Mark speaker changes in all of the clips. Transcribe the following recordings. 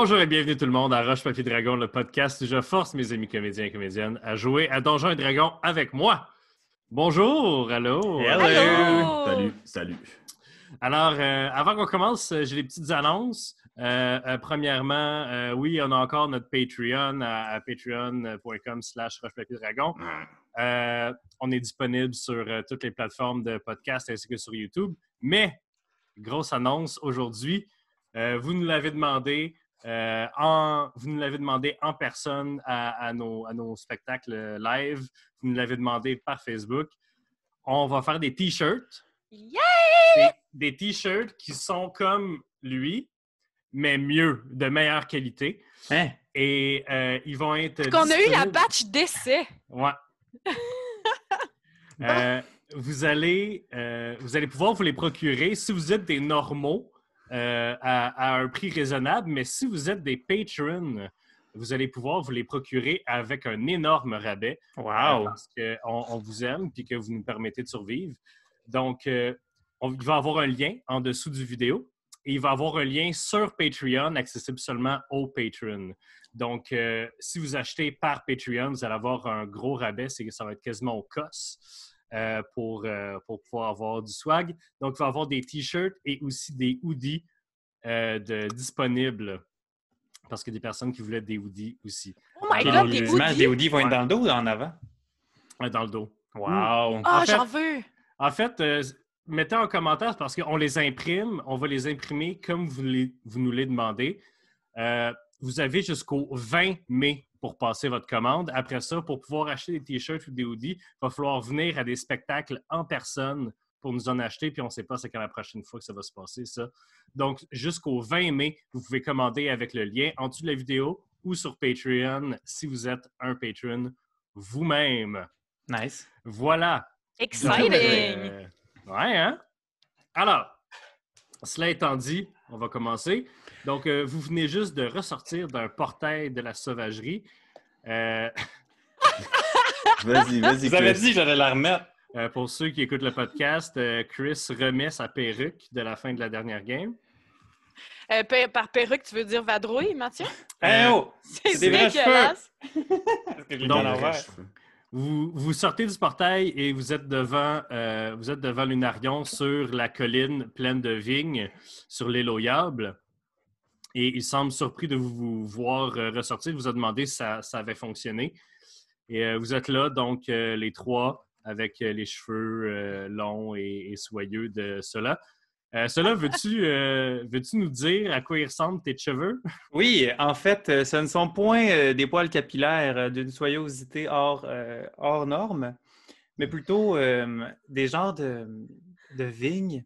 Speaker 1: Bonjour et bienvenue tout le monde à Roche Papier Dragon, le podcast où je force mes amis comédiens et comédiennes à jouer à Donjons et Dragons avec moi. Bonjour, allô.
Speaker 2: Hello!
Speaker 3: Salut.
Speaker 1: Alors, avant qu'on commence, j'ai des petites annonces. Premièrement, oui, on a encore notre Patreon à patreon.com/rochepapierdragon. On est disponible sur toutes les plateformes de podcast ainsi que sur YouTube. Mais, grosse annonce aujourd'hui, vous nous l'avez demandé. Vous nous l'avez demandé en personne à nos spectacles live. Vous nous l'avez demandé par Facebook. On va faire des T-shirts.
Speaker 2: Yay!
Speaker 1: Des T-shirts qui sont comme lui, mais mieux, de meilleure qualité.
Speaker 3: Hein?
Speaker 1: Et ils vont être
Speaker 2: Qu'on a eu la
Speaker 1: disponibles.
Speaker 2: batch d'essai.
Speaker 1: Ouais. Vous allez pouvoir vous les procurer si vous êtes des normaux à un prix raisonnable, mais si vous êtes des patrons, vous allez pouvoir vous les procurer avec un énorme rabais.
Speaker 3: Wow!
Speaker 1: Parce qu'on vous aime et que vous nous permettez de survivre. Donc, il va y avoir un lien en dessous du vidéo et il va y avoir un lien sur Patreon accessible seulement aux patrons. Donc, si vous achetez par Patreon, vous allez avoir un gros rabais, ça va être quasiment au COS pour pouvoir avoir du swag. Donc, il va y avoir des t-shirts et aussi des hoodies disponibles parce qu'il y a des personnes qui voulaient des hoodies aussi.
Speaker 2: Oh my
Speaker 1: Alors,
Speaker 2: God, des
Speaker 3: Les images
Speaker 2: hoodies!
Speaker 3: des hoodies vont être dans le dos ou en avant?
Speaker 1: Dans le dos.
Speaker 3: Wow!
Speaker 2: Ah,
Speaker 1: En fait-
Speaker 2: j'en veux!
Speaker 1: En fait, mettez en commentaire parce qu'on les imprime. On va les imprimer comme vous nous les demandez. Vous avez jusqu'au 20 mai pour passer votre commande. Après ça, pour pouvoir acheter des t-shirts ou des hoodies, il va falloir venir à des spectacles en personne pour nous en acheter. Puis on ne sait pas c'est quand la prochaine fois que ça va se passer, ça. Donc, jusqu'au 20 mai, vous pouvez commander avec le lien en dessous de la vidéo ou sur Patreon si vous êtes un patron vous-même.
Speaker 3: Nice!
Speaker 1: Voilà.
Speaker 2: Exciting!
Speaker 1: Ouais, hein? Alors, cela étant dit, on va commencer. Donc, vous venez juste de ressortir d'un portail de la sauvagerie.
Speaker 3: Vous Vas-y,
Speaker 4: avez
Speaker 3: Chris.
Speaker 4: dit que j'allais la remettre.
Speaker 1: Pour ceux qui écoutent le podcast, Chris remet sa perruque de la fin de la dernière game.
Speaker 2: Par perruque, tu veux dire vadrouille, Mathieu?
Speaker 4: Hey oh!
Speaker 2: C'est
Speaker 4: des vrais
Speaker 2: dégueulasse!
Speaker 4: Est-ce que je l'ai
Speaker 1: Donc,
Speaker 4: mis à l'envers?
Speaker 1: Vous sortez du portail et vous êtes devant Lunarion sur la colline pleine de vignes, sur l'île aux Yables. Et il semble surpris de vous voir ressortir. Il vous a demandé si ça avait fonctionné. Et vous êtes là, donc les trois, avec les cheveux longs et soyeux de cela. Cela, veux-tu nous dire à quoi ils ressemblent tes cheveux?
Speaker 3: Oui, en fait, ce ne sont point des poils capillaires d'une soyosité hors norme, mais plutôt des genres de vignes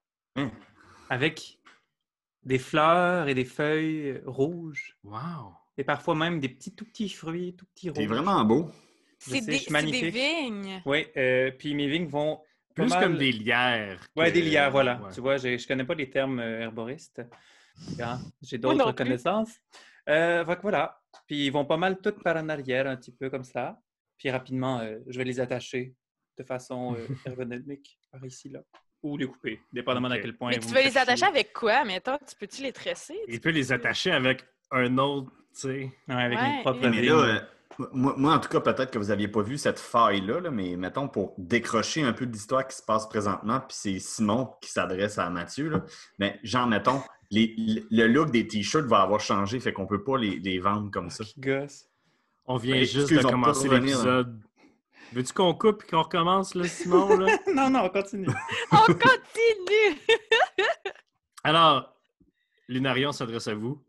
Speaker 3: avec des fleurs et des feuilles rouges
Speaker 1: Wow!
Speaker 3: et parfois même des tout petits fruits, tout petits rouges.
Speaker 4: T'es vraiment beau.
Speaker 3: Je sais, je suis
Speaker 2: C'est des
Speaker 3: magnifique.
Speaker 2: vignes.
Speaker 3: Oui, puis mes vignes vont pas
Speaker 1: Plus
Speaker 3: mal-
Speaker 1: comme des lierres.
Speaker 3: Ouais, des lierres, voilà.
Speaker 1: Ouais.
Speaker 3: Tu vois, je connais pas les termes herboristes. Hein, j'ai
Speaker 2: Moi non
Speaker 3: d'autres
Speaker 2: plus.
Speaker 3: connaissances. Fait que voilà. Puis ils vont pas mal toutes par en arrière, un petit peu comme ça. Puis rapidement, je vais les attacher de façon ergonomique par ici, là. Ou les couper, dépendamment
Speaker 1: Ok.
Speaker 3: d'à quel point
Speaker 2: Mais
Speaker 3: vous
Speaker 2: tu
Speaker 3: me
Speaker 2: veux les
Speaker 3: faites
Speaker 2: attacher
Speaker 3: chier.
Speaker 2: avec quoi? Mettons, tu peux-tu les tresser?
Speaker 1: Il peut les attacher avec un autre, tu sais.
Speaker 3: Ouais, avec
Speaker 2: Ouais,
Speaker 3: mes propres
Speaker 4: Mais
Speaker 3: vignes.
Speaker 4: là, moi, en tout cas, peut-être que vous n'aviez pas vu cette faille-là, là, mais mettons, pour décrocher un peu de l'histoire qui se passe présentement, puis c'est Simon qui s'adresse à Mathieu, là, mais genre, mettons, le look des t-shirts va avoir changé, fait qu'on peut pas les vendre comme ça.
Speaker 3: Qui gosse.
Speaker 1: On vient
Speaker 4: Ben,
Speaker 1: juste de
Speaker 4: excuse, on peut
Speaker 1: commencer
Speaker 4: revenir,
Speaker 1: l'épisode. Veux-tu qu'on coupe et qu'on recommence, là, Simon? Là?
Speaker 3: Non, on continue.
Speaker 2: On continue!
Speaker 1: Alors, Lunarion s'adresse à vous.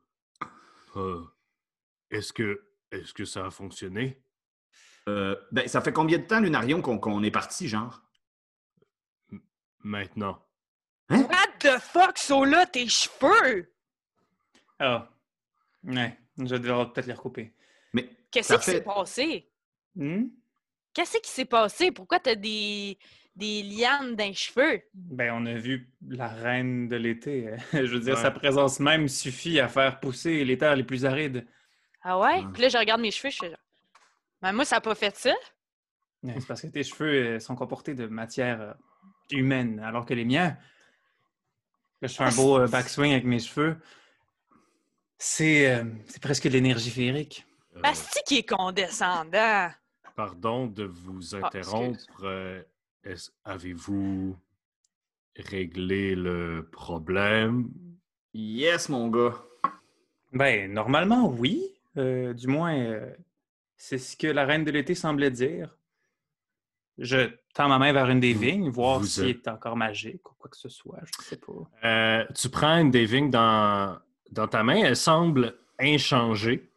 Speaker 1: Est-ce que ça a fonctionné?
Speaker 4: Ben, ça fait combien de temps, Lunarion, qu'on est parti, genre?
Speaker 1: Maintenant.
Speaker 2: What the fuck, sont là tes cheveux?
Speaker 3: Ah. Ouais, je vais devoir peut-être les recouper.
Speaker 4: Mais
Speaker 2: Qu'est-ce
Speaker 4: ça
Speaker 2: qui s'est
Speaker 4: fait...
Speaker 2: passé?
Speaker 3: Hmm?
Speaker 2: Qu'est-ce qui s'est passé? Pourquoi t'as des lianes dans les cheveux?
Speaker 3: Ben, on a vu la reine de l'été. Je veux dire,
Speaker 1: Ouais.
Speaker 3: sa présence même suffit à faire pousser les terres les plus arides.
Speaker 2: Ah ouais?
Speaker 4: Ouais.
Speaker 2: Puis là, je regarde mes cheveux, je suis genre... Ben moi, ça n'a pas fait ça.
Speaker 3: Ouais, c'est parce que tes cheveux sont comportés de matière humaine, alors que les miens... Là, je fais un beau backswing avec mes cheveux. C'est presque de l'énergie féerique.
Speaker 2: Basti qui est condescendant.
Speaker 1: Pardon de vous
Speaker 2: excuse.
Speaker 1: interrompre. Avez-vous réglé le problème?
Speaker 4: Yes, mon gars.
Speaker 3: Ben, normalement, oui. Du moins, c'est ce que la reine de l'été semblait dire. Je tends ma main vers une des vignes, voir si elle est encore magique ou quoi que ce soit. Je ne sais pas.
Speaker 1: Tu prends une des vignes dans ta main. Elle semble inchangée.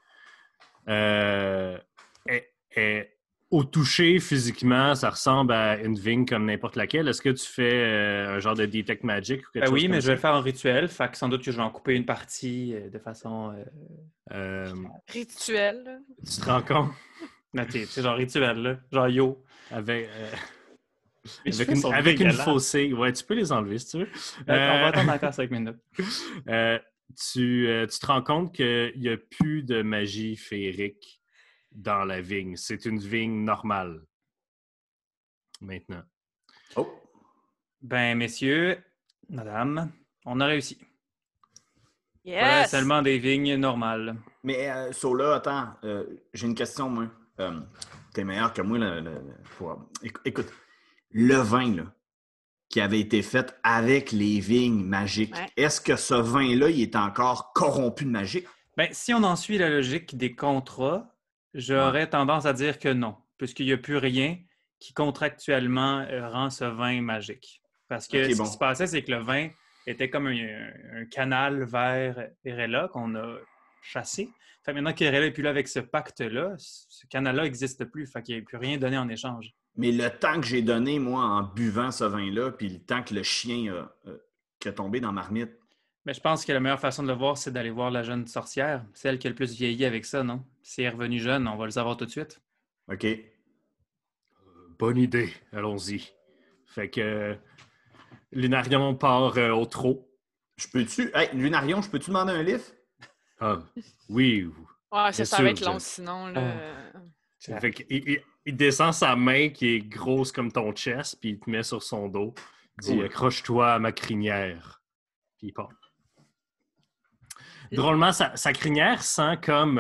Speaker 1: Au toucher, physiquement, ça ressemble à une vigne comme n'importe laquelle. Est-ce que tu fais un genre de Detect Magic ou quelque chose
Speaker 3: Oui,
Speaker 1: comme
Speaker 3: mais
Speaker 1: ça?
Speaker 3: je vais le faire en rituel. Fait que sans doute que je vais en couper une partie de façon...
Speaker 2: Rituel. Là.
Speaker 1: Tu te rends compte
Speaker 3: C'est genre rituel, là. Genre yo.
Speaker 1: avec
Speaker 3: Mes cheveux sont
Speaker 1: une
Speaker 3: dégueulasses.
Speaker 1: faussée. Ouais, tu peux les enlever si tu veux.
Speaker 3: On va attendre encore 5 minutes.
Speaker 1: Tu te rends compte qu'il n'y a plus de magie féerique dans la vigne. C'est une vigne normale. Maintenant.
Speaker 4: Oh.
Speaker 3: Ben, messieurs, madame, on a réussi. Voilà
Speaker 2: Yes!
Speaker 3: seulement des vignes normales.
Speaker 4: Mais Sola, attends, j'ai une question, moi. T'es meilleur que moi. Écoute, le vin là, qui avait été fait avec les vignes magiques,
Speaker 2: Ouais.
Speaker 4: est-ce que ce vin-là, il est encore corrompu de magie?
Speaker 3: Ben, si on en suit la logique des contrats, j'aurais tendance à dire que non, puisqu'il n'y a plus rien qui contractuellement rend ce vin magique. Parce que
Speaker 4: Ok,
Speaker 3: ce
Speaker 4: bon.
Speaker 3: qui se passait, c'est que le vin était comme un canal vers Erella qu'on a chassé. Fait que maintenant qu'Erella n'est plus là avec ce pacte-là, ce canal-là n'existe plus. Fait qu'il n'y a plus rien donné en échange.
Speaker 4: Mais le temps que j'ai donné, moi, en buvant ce vin-là, puis le temps que le chien qui est tombé dans ma marmite.
Speaker 3: Mais je pense que la meilleure façon de le voir, c'est d'aller voir la jeune sorcière, celle qui a le plus vieilli avec ça, non? Si elle est revenue jeune, on va le savoir tout de suite.
Speaker 4: OK.
Speaker 1: Bonne idée. Allons-y. Fait que Lunarion part au trot.
Speaker 4: Je peux-tu... Hey, Lunarion, je peux-tu demander un livre?
Speaker 1: Ah, oui.
Speaker 2: Ouais,
Speaker 1: Bien
Speaker 2: ça va
Speaker 1: sûr,
Speaker 2: être long
Speaker 1: Jen.
Speaker 2: sinon. Là.
Speaker 1: Fait que, il descend sa main qui est grosse comme ton chest, puis il te met sur son dos. Il dit
Speaker 4: Cool.
Speaker 1: accroche-toi à ma crinière. Puis il part. Drôlement, sa crinière sent comme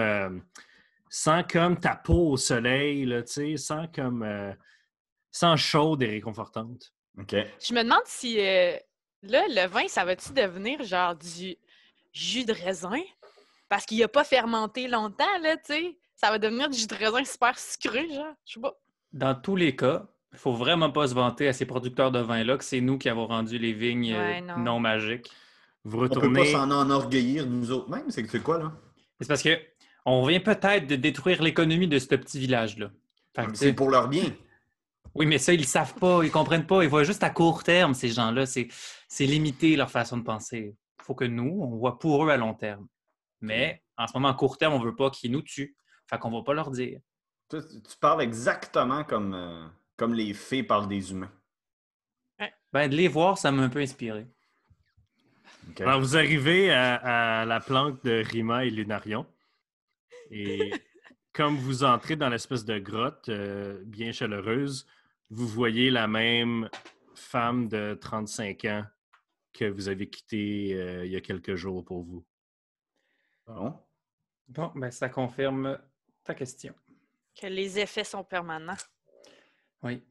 Speaker 1: ta peau au soleil, là, tu sais, sent chaude et réconfortante.
Speaker 4: OK.
Speaker 2: Je me demande si là, le vin, ça va-tu devenir genre du jus de raisin? Parce qu'il n'a pas fermenté longtemps, là, tu sais. Ça va devenir du jus de raisin super sucré, genre. Je sais pas.
Speaker 3: Dans tous les cas, il ne faut vraiment pas se vanter à ces producteurs de vin-là que c'est nous qui avons rendu les vignes
Speaker 2: Ouais, non.
Speaker 3: non magiques.
Speaker 1: Vous
Speaker 4: On peut pas
Speaker 1: retournez.
Speaker 4: s'en enorgueillir nous autres mêmes. C'est quoi, là?
Speaker 3: C'est parce que on vient peut-être de détruire l'économie de ce petit village-là. Fait que,
Speaker 4: C'est pour leur bien.
Speaker 3: oui, mais ça, ils le savent pas, ils comprennent pas. Ils voient juste à court terme, ces gens-là. C'est limité leur façon de penser. Il faut que nous, on voit pour eux à long terme. Mais en ce moment, à court terme, on veut pas qu'ils nous tuent. Fait qu'on va pas leur dire.
Speaker 4: Toi, tu parles exactement comme les fées parlent des humains.
Speaker 3: Ben, de les voir, ça m'a un peu inspiré.
Speaker 4: OK.
Speaker 1: Alors, vous arrivez à la planque de Rima et Lunarion. Et comme vous entrez dans l'espèce de grotte bien chaleureuse, vous voyez la même femme de 35 ans que vous avez quittée il y a quelques jours pour vous.
Speaker 4: Bon.
Speaker 3: Bon, ben, ça confirme ta question.
Speaker 2: Que les effets sont permanents.
Speaker 3: Oui.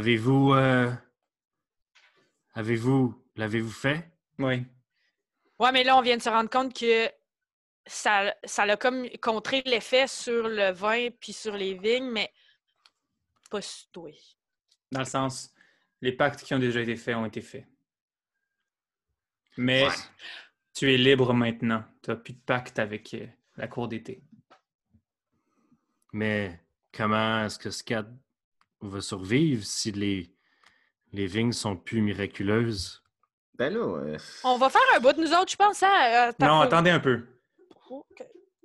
Speaker 1: L'avez-vous fait?
Speaker 3: Oui.
Speaker 2: Ouais, mais là, on vient de se rendre compte que ça a comme contré l'effet sur le vin puis sur les vignes, mais pas sur toi.
Speaker 3: Dans le sens, les pactes qui ont déjà été faits ont été faits. Mais
Speaker 4: Ouais.
Speaker 3: tu es libre maintenant. Tu n'as plus de pacte avec la cour d'été.
Speaker 1: Mais comment est-ce que Scad va survivre si les vignes sont plus miraculeuses?
Speaker 4: Ben là,
Speaker 2: On va faire un bout de nous autres, je pense. Hein?
Speaker 3: Non, attendez un peu.
Speaker 2: OK.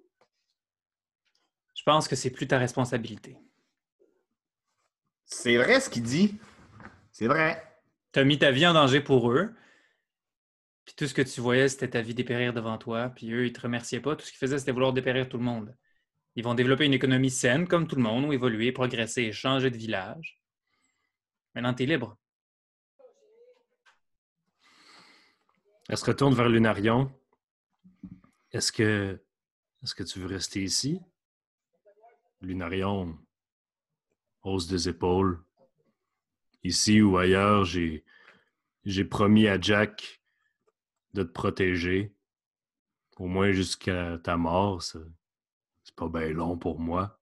Speaker 3: Je pense que c'est plus ta responsabilité.
Speaker 4: c'est vrai ce qu'il dit. C'est vrai.
Speaker 3: Tu as mis ta vie en danger pour eux. Puis tout ce que tu voyais, c'était ta vie dépérir devant toi. Puis eux, ils te remerciaient pas. Tout ce qu'ils faisaient, c'était vouloir dépérir tout le monde. Ils vont développer une économie saine, comme tout le monde, ou évoluer, progresser et changer de village. Maintenant, tu es libre.
Speaker 1: Elle se retourne vers Lunarion. Est-ce que Est-ce que tu veux rester ici? Lunarion hausse des épaules. Ici ou ailleurs, j'ai promis à Jack de te protéger. Au moins jusqu'à ta mort. C'est pas bien long pour moi.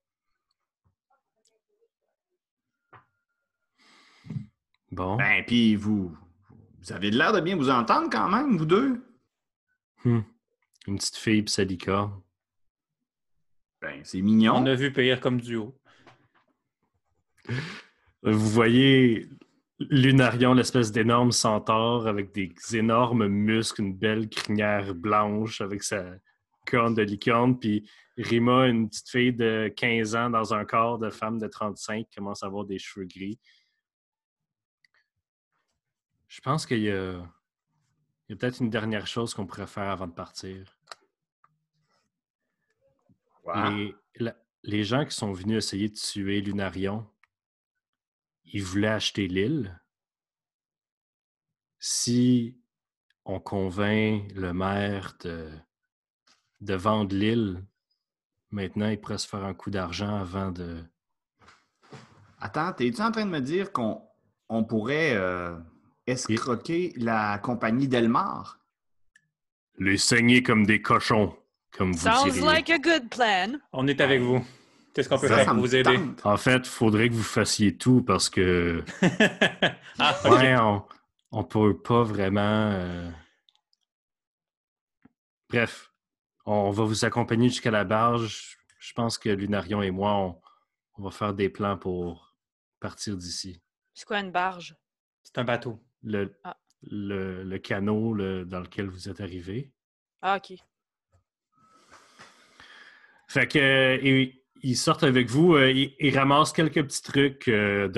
Speaker 1: Bon.
Speaker 4: Ben, puis vous avez l'air de bien vous entendre quand même, vous deux.
Speaker 1: Une petite fille pis sa licorne.
Speaker 4: Ben, c'est mignon.
Speaker 3: On a vu pire comme duo.
Speaker 1: Vous voyez Lunarion, l'espèce d'énorme centaure avec des énormes muscles, une belle crinière blanche avec sa corne de licorne, puis Rima, une petite fille de 15 ans dans un corps de femme de 35 qui commence à avoir des cheveux gris. Je pense qu'il y a peut-être une dernière chose qu'on pourrait faire avant de partir.
Speaker 4: Wow.
Speaker 1: Les gens qui sont venus essayer de tuer Lunarion, ils voulaient acheter l'île. Si on convainc le maire de vendre l'île, maintenant, il pourrait se faire un coup d'argent avant de...
Speaker 4: Attends, es-tu en train de me dire qu'on pourrait escroquer la compagnie Delmar?
Speaker 1: Les saigner comme des cochons, comme vous
Speaker 2: Sounds
Speaker 1: diriez.
Speaker 2: like a good plan.
Speaker 3: On est avec vous. Qu'est-ce qu'on peut
Speaker 4: Ça
Speaker 3: faire pour
Speaker 4: me
Speaker 3: vous aider?
Speaker 4: tente.
Speaker 1: En fait, il faudrait que vous fassiez tout parce que...
Speaker 3: Ah, ok.
Speaker 1: Ouais, on peut pas vraiment... Bref, on va vous accompagner jusqu'à la barge. Je pense que Lunarion et moi, on va faire des plans pour partir d'ici.
Speaker 2: C'est quoi une barge?
Speaker 3: C'est un bateau.
Speaker 2: Ah.
Speaker 1: Le canot dans lequel vous êtes arrivé.
Speaker 2: Ah, OK.
Speaker 1: Fait que ils sortent avec vous, ils ramassent quelques petits trucs de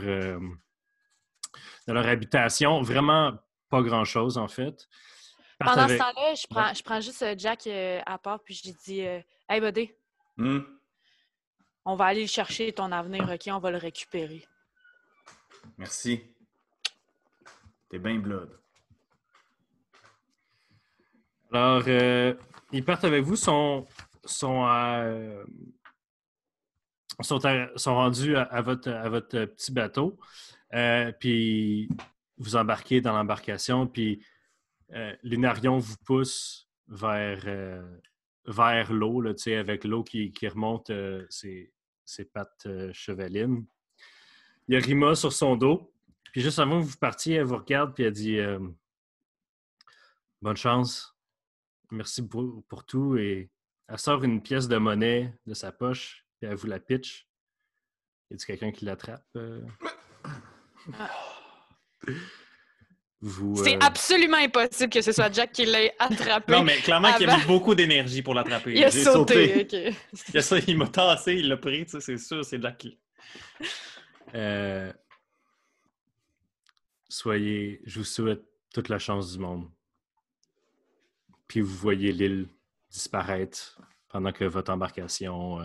Speaker 1: leur habitation. Vraiment pas grand-chose, en fait.
Speaker 2: Pendant ce temps-là, je prends juste Jack à part, puis je lui dis Hey, buddy, on va aller chercher ton avenir, OK? On va le récupérer.
Speaker 4: Merci. T'es bien blood.
Speaker 1: Alors, ils partent avec vous, sont rendus à votre petit bateau, puis vous embarquez dans l'embarcation, puis Lunarion vous pousse vers l'eau, là, avec l'eau qui remonte ses pattes chevalines. Il y a Rima sur son dos, puis juste avant que vous partiez, elle vous regarde, puis elle dit bonne chance. Merci pour tout. Et elle sort une pièce de monnaie de sa poche, puis elle vous la pitch. Y a-t-il quelqu'un qui l'attrape?
Speaker 2: C'est absolument impossible que ce soit Jack qui l'ait attrapé.
Speaker 3: Non, mais clairement qu'il a
Speaker 2: avant.
Speaker 3: mis beaucoup d'énergie pour l'attraper.
Speaker 2: Il a
Speaker 4: J'ai
Speaker 2: sauté. OK.
Speaker 3: Il m'a tassé, il l'a pris, tu sais, c'est sûr, c'est Jack qui...
Speaker 1: Je vous souhaite toute la chance du monde. Puis vous voyez l'île disparaître pendant que votre embarcation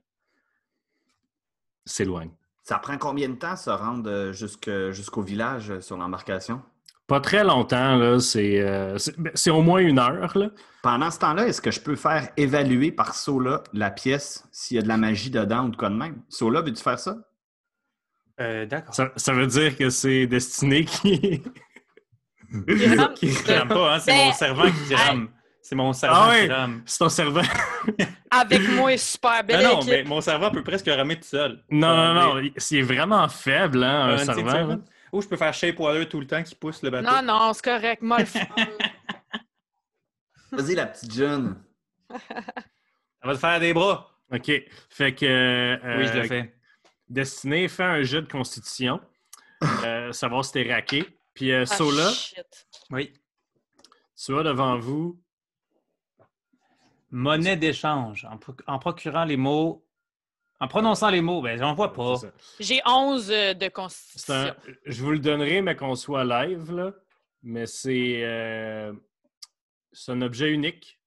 Speaker 1: s'éloigne.
Speaker 4: Ça prend combien de temps se rendre jusqu'au village sur l'embarcation?
Speaker 1: Pas très longtemps, là. C'est au moins 1 heure, là.
Speaker 4: Pendant ce temps-là, est-ce que je peux faire évaluer par Sola la pièce s'il y a de la magie dedans ou de quoi de même? Sola, veux-tu faire ça?
Speaker 3: D'accord.
Speaker 1: Ça veut dire que c'est Destiné qui...
Speaker 2: Qui
Speaker 3: Je rame pas, hein? C'est
Speaker 2: Ben,
Speaker 3: mon servant qui rame. C'est mon servant qui rame.
Speaker 1: C'est ton servant.
Speaker 2: Avec moi, super belle
Speaker 3: non,
Speaker 2: équipe.
Speaker 3: mais mon servant peut presque ramer tout seul.
Speaker 1: Non. C'est vraiment faible, hein, un
Speaker 3: petit
Speaker 1: servant.
Speaker 3: servant.
Speaker 1: Là.
Speaker 3: Ou je peux faire shape water tout le temps qui pousse le bateau.
Speaker 2: Non, c'est correct. Moi, le fun.
Speaker 4: Vas-y, la petite jeune.
Speaker 3: Ça va te faire des bras.
Speaker 1: OK. Fait que...
Speaker 3: Oui, je le fais.
Speaker 1: Destiné, fait un jeu de constitution. Savoir si t'es raqué. Puis Sola,
Speaker 2: Shit.
Speaker 3: Oui.
Speaker 1: tu as devant vous...
Speaker 3: Monnaie d'échange. En procurant les mots... En prononçant les mots, ben j'en vois pas.
Speaker 1: C'est ça.
Speaker 2: J'ai 11 de constitution.
Speaker 1: Je vous le donnerai, mais qu'on soit live, là. Mais c'est un objet unique.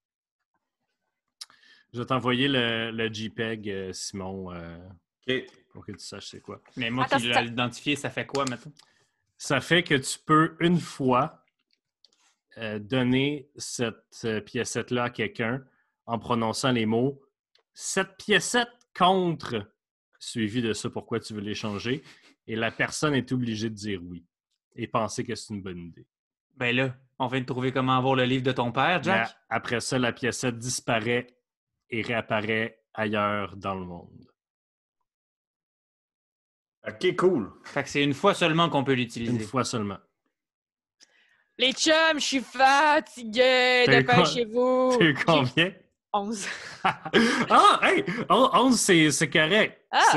Speaker 1: Je vais t'envoyer le JPEG, Simon,
Speaker 4: OK.
Speaker 1: pour que tu saches c'est quoi.
Speaker 3: Mais moi
Speaker 2: Attends,
Speaker 3: qui l'ai identifié, ça fait quoi maintenant?
Speaker 1: Ça fait que tu peux, une fois, donner cette piécette-là à quelqu'un en prononçant les mots « 7 piécettes contre », suivi de ça, pourquoi tu veux l'échanger, et la personne est obligée de dire oui et penser que c'est une bonne idée.
Speaker 3: Ben là, on vient de trouver comment avoir le livre de ton père, Jack.
Speaker 1: Mais après ça, la piécette disparaît et réapparaît ailleurs dans le monde.
Speaker 4: OK, cool.
Speaker 3: Fait que c'est une fois seulement qu'on peut
Speaker 1: Une
Speaker 3: l'utiliser.
Speaker 1: fois seulement.
Speaker 2: Les chums, je suis fatiguée,
Speaker 1: T'as eu
Speaker 2: dépêchez-vous.
Speaker 1: T'as eu combien?
Speaker 2: 11.
Speaker 1: Ah, hey! 11, c'est correct.
Speaker 2: Ah!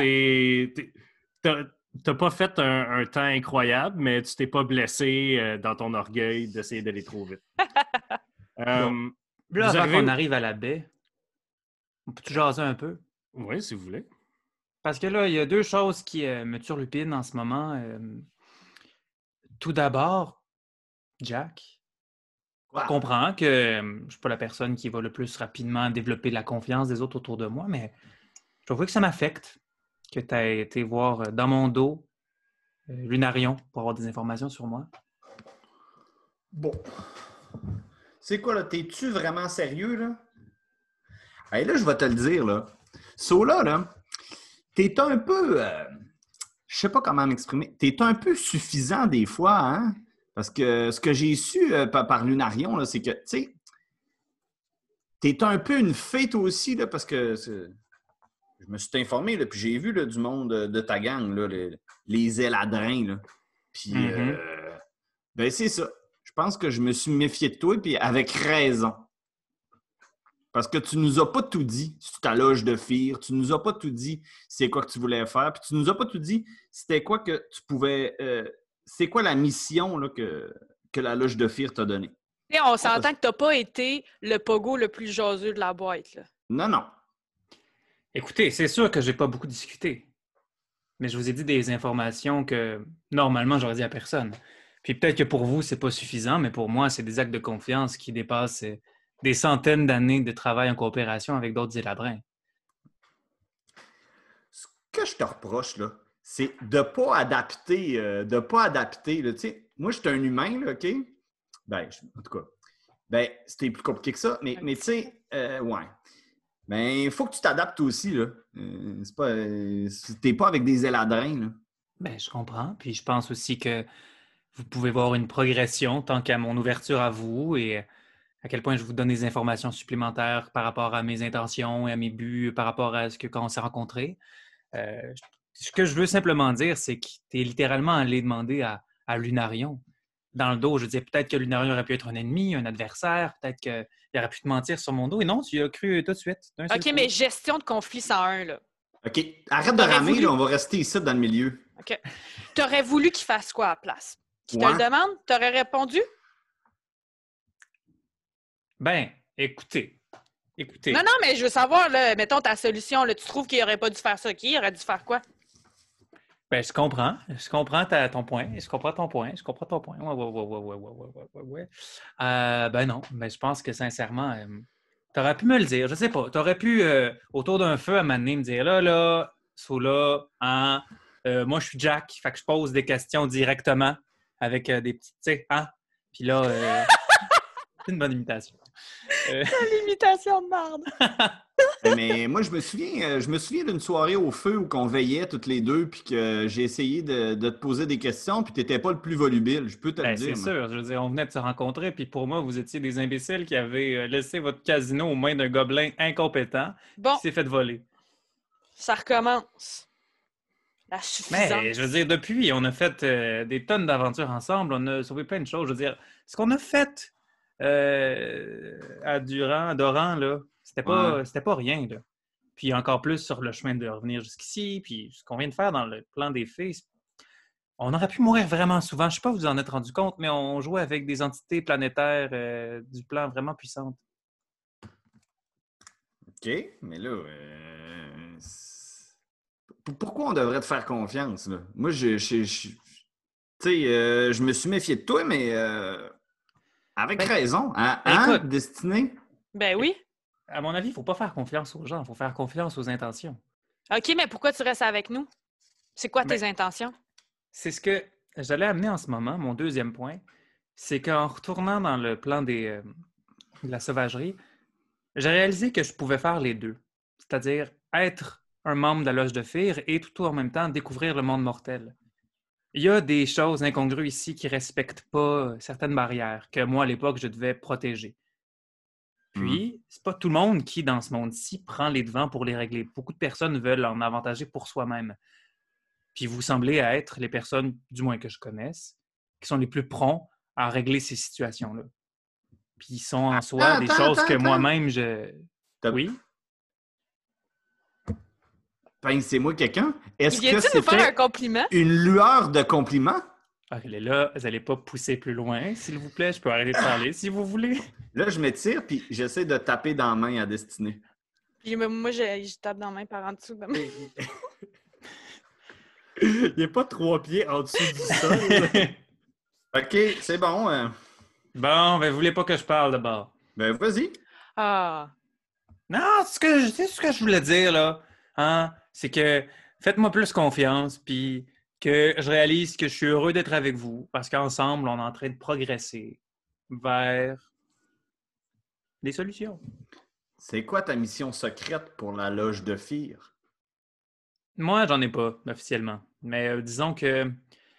Speaker 1: T'as pas fait un temps incroyable, mais tu t'es pas blessé dans ton orgueil d'essayer d'aller trop vite.
Speaker 3: Bon. Là,
Speaker 1: Vous
Speaker 3: avant
Speaker 1: arrivez
Speaker 3: qu'on
Speaker 1: où?
Speaker 3: arrive à la baie, on peut-tu jaser un peu?
Speaker 1: Oui, si vous voulez.
Speaker 3: Parce que là, il y a deux choses qui me turlupinent en ce moment. Tout d'abord, Jack, je
Speaker 4: Quoi?
Speaker 3: comprends que je ne suis pas la personne qui va le plus rapidement développer la confiance des autres autour de moi, mais je dois avouer que ça m'affecte que tu aies été voir dans mon dos Lunarion pour avoir des informations sur moi.
Speaker 4: Bon. C'est quoi, là? T'es-tu vraiment sérieux, là? Hey, là, je vais te le dire, là. Là, t'es un peu... je sais pas comment m'exprimer. T'es un peu suffisant des fois, hein? Parce que ce que j'ai su par Lunarion, là, c'est que, tu sais, t'es un peu une fée, toi aussi, là, parce que je me suis informé, là, puis j'ai vu là, du monde de ta gang, là, les éladrins, là. Puis, ben c'est ça. Je pense que je me suis méfié de toi, puis avec raison. Parce que tu nous as pas tout dit sur ta loge de Fear. Tu nous as pas tout dit c'est quoi que tu voulais faire. Puis tu nous as pas tout dit c'était quoi que tu pouvais... c'est quoi la mission là, que la loge de Fear t'a donnée.
Speaker 2: Et on s'entend que t'as pas été le pogo le plus jaseux de la boîte, là.
Speaker 4: Non, non.
Speaker 3: Écoutez, c'est sûr que j'ai pas beaucoup discuté, mais je vous ai dit des informations que normalement j'aurais dit à personne. Puis peut-être que pour vous, c'est pas suffisant, mais pour moi, c'est des actes de confiance qui dépassent des centaines d'années de travail en coopération avec d'autres éladrins.
Speaker 4: Ce que je te reproche, là, c'est de pas adapter, là. Tu sais, moi, je suis un humain, là, OK? Ben, en tout cas, ben, c'était plus compliqué que ça, mais tu sais, ouais. Ben, il faut que tu t'adaptes aussi, là. C'est pas... t'es pas avec des éladrins, là.
Speaker 3: Ben, je comprends. Puis je pense aussi que vous pouvez voir une progression tant qu'à mon ouverture à vous et à quel point je vous donne des informations supplémentaires par rapport à mes intentions et à mes buts, par rapport à ce que quand on s'est rencontrés. Ce que je veux simplement dire, c'est que tu es littéralement allé demander à Lunarion dans le dos. Je disais peut-être que Lunarion aurait pu être un ennemi, un adversaire, peut-être qu'il aurait pu te mentir sur mon dos. Et non, tu y as cru tout de suite.
Speaker 2: OK, mais gestion de conflit 101, là.
Speaker 4: OK, arrête de ramer, là, on va rester ici dans le milieu.
Speaker 2: OK. T'aurais voulu qu'il fasse quoi à la place? Qu'il te
Speaker 4: Ouais.
Speaker 2: le demande? T'aurais répondu?
Speaker 3: Ben, écoutez.
Speaker 2: Non, non, mais je veux savoir, là, mettons ta solution, là, tu trouves qu'il aurait pas dû faire ça? Qui aurait dû faire quoi?
Speaker 3: Ben, je comprends. Je comprends ton point. Je comprends ton point. Ouais. Ben non, mais je pense que sincèrement, tu aurais pu me le dire. Je sais pas. Tu aurais pu, autour d'un feu, à un moment donné, me dire là, là, hein, moi, je suis Jack, fait que je pose des questions directement avec des petits, tu sais, hein? Puis là, c'est une bonne imitation.
Speaker 2: L'imitation de merde.
Speaker 4: Mais moi, je me souviens d'une soirée au feu où on veillait toutes les deux, puis que j'ai essayé de te poser des questions, puis tu n'étais pas le plus volubile, je peux te le
Speaker 3: Ben,
Speaker 4: dire.
Speaker 3: c'est sûr. Je veux dire, on venait de se rencontrer, puis pour moi, vous étiez des imbéciles qui avaient laissé votre casino aux mains d'un gobelin incompétent
Speaker 2: Bon,
Speaker 3: qui s'est fait voler.
Speaker 2: ça recommence. La suffisance.
Speaker 3: Mais je veux dire, depuis, on a fait des tonnes d'aventures ensemble, on a sauvé plein de choses. Je veux dire, ce qu'on a fait à Doran, là, c'était pas rien, là. Puis encore plus sur le chemin de revenir jusqu'ici, puis ce qu'on vient de faire dans le plan des fées, on aurait pu mourir vraiment souvent. Je ne sais pas si vous en êtes rendu compte, mais on jouait avec des entités planétaires du plan vraiment puissantes.
Speaker 4: OK, mais là, pourquoi on devrait te faire confiance, là? Moi, tu sais, je me suis méfié de toi, mais avec raison. Hein,
Speaker 3: écoute,
Speaker 4: Destinée?
Speaker 2: Ben oui.
Speaker 3: À mon avis, il ne faut pas faire confiance aux gens, il faut faire confiance aux intentions.
Speaker 2: OK, mais pourquoi tu restes avec nous? C'est quoi tes intentions?
Speaker 3: C'est ce que j'allais amener en ce moment, mon deuxième point, c'est qu'en retournant dans le plan de la sauvagerie, J'ai réalisé que je pouvais faire les deux. C'est-à-dire être un membre de la Loge de Fir et tout en même temps découvrir le monde mortel. Il y a des choses incongrues ici qui ne respectent pas certaines barrières que moi, à l'époque, je devais protéger. Puis, c'est pas tout le monde qui, dans ce monde-ci, prend les devants pour les régler. Beaucoup de personnes veulent en avantager pour soi-même. Puis vous semblez être les personnes, du moins que je connaisse, qui sont les plus prompts à régler ces situations-là. Puis ils sont en soi des choses que moi-même, Oui?
Speaker 4: Pincez-moi quelqu'un. Est-ce que
Speaker 2: Viens-tu nous faire un
Speaker 4: c'était
Speaker 2: compliment?
Speaker 4: une lueur de compliments?
Speaker 3: OK, là, vous n'allez pas pousser plus loin, s'il vous plaît. Je peux arrêter de parler si vous voulez.
Speaker 4: Là, je m'étire puis j'essaie de taper dans la main à destinée.
Speaker 2: Puis moi, je tape dans la main par en dessous.
Speaker 1: Il n'y a pas 3 pieds en dessous du sol.
Speaker 4: OK, c'est bon.
Speaker 3: Bon, ben vous voulez pas que je parle d'abord.
Speaker 4: Ben, vas-y.
Speaker 2: Ah.
Speaker 3: Non, c'est ce que je voulais dire, là. Hein? C'est que faites-moi plus confiance, puis que je réalise que je suis heureux d'être avec vous, parce qu'ensemble, on est en train de progresser vers des solutions.
Speaker 4: C'est quoi ta mission secrète pour la loge de Fir?
Speaker 3: Moi, j'en ai pas, officiellement. Mais disons que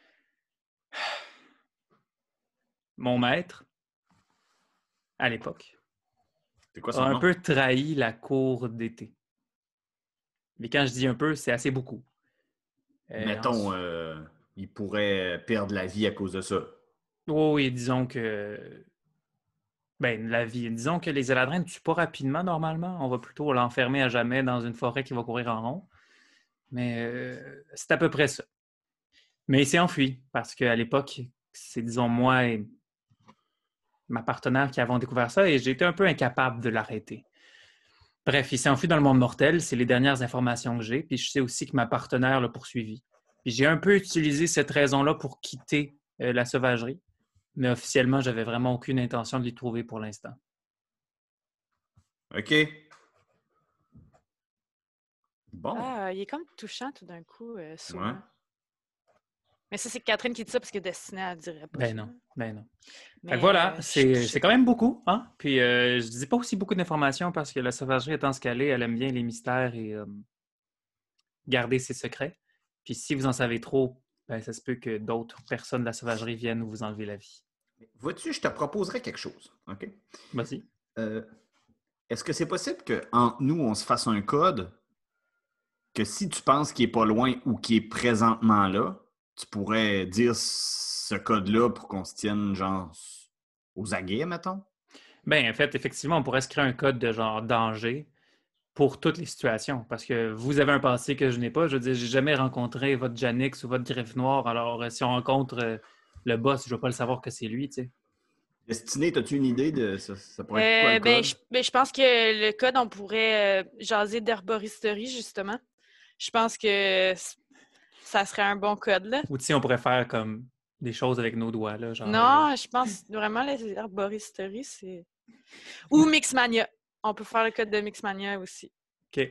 Speaker 3: mon maître, à l'époque,
Speaker 4: C'est quoi
Speaker 3: a
Speaker 4: son
Speaker 3: un
Speaker 4: nom?
Speaker 3: peu trahi la cour d'été. Mais quand je dis un peu, c'est assez beaucoup.
Speaker 4: Mettons, il pourrait perdre la vie à cause de ça.
Speaker 3: Oui, disons que... Ben, la vie. Disons que les éladrins ne tuent pas rapidement, normalement. On va plutôt l'enfermer à jamais dans une forêt qui va courir en rond. Mais c'est à peu près ça. Mais il s'est enfui, parce qu'à l'époque, c'est, disons, moi et ma partenaire qui avons découvert ça, et j'ai été un peu incapable de l'arrêter. Bref, il s'est enfui dans le monde mortel, c'est les dernières informations que j'ai, puis je sais aussi que ma partenaire l'a poursuivi. Puis j'ai un peu utilisé cette raison-là pour quitter la sauvagerie, mais officiellement, j'avais vraiment aucune intention de l'y trouver pour l'instant.
Speaker 4: OK. Bon.
Speaker 2: Ah, il est comme touchant tout d'un coup, souvent.
Speaker 4: Ouais.
Speaker 2: Mais ça, c'est Catherine qui dit ça parce que Destinée, elle dirait pas ça.
Speaker 3: Ben non.
Speaker 2: Mais,
Speaker 3: Fait que voilà,
Speaker 2: je
Speaker 3: c'est quand même beaucoup. Hein? Puis je dis pas aussi beaucoup d'informations parce que la sauvagerie étant ce qu'elle est, elle aime bien les mystères et garder ses secrets. Puis si vous en savez trop, ben, ça se peut que d'autres personnes de la sauvagerie viennent vous enlever la vie.
Speaker 4: Vois-tu, je te proposerais quelque chose. OK?
Speaker 3: Vas-y.
Speaker 4: Est-ce que c'est possible qu'entre nous, on se fasse un code que si tu penses qu'il n'est pas loin ou qu'il est présentement là, tu pourrais dire ce code-là pour qu'on se tienne genre aux aguets, mettons?
Speaker 3: Ben, en fait, effectivement, on pourrait se créer un code de genre danger pour toutes les situations. Parce que vous avez un passé que je n'ai pas. Je veux dire, j'ai jamais rencontré votre Janix ou votre Griffe Noire. Alors, si on rencontre le boss, je ne vais pas le savoir que c'est lui, tu sais.
Speaker 4: Destinée, as-tu une idée de ça pourrait être quoi le code?
Speaker 2: je pense que le code, on pourrait jaser d'herboristerie, justement. Je pense que ça serait un bon code, là.
Speaker 3: Ou tu sais, on pourrait faire comme des choses avec nos doigts, là. Genre,
Speaker 2: Non, je pense vraiment les herboristeries, c'est... Ou Mixmania. On peut faire le code de Mixmania aussi.
Speaker 3: OK.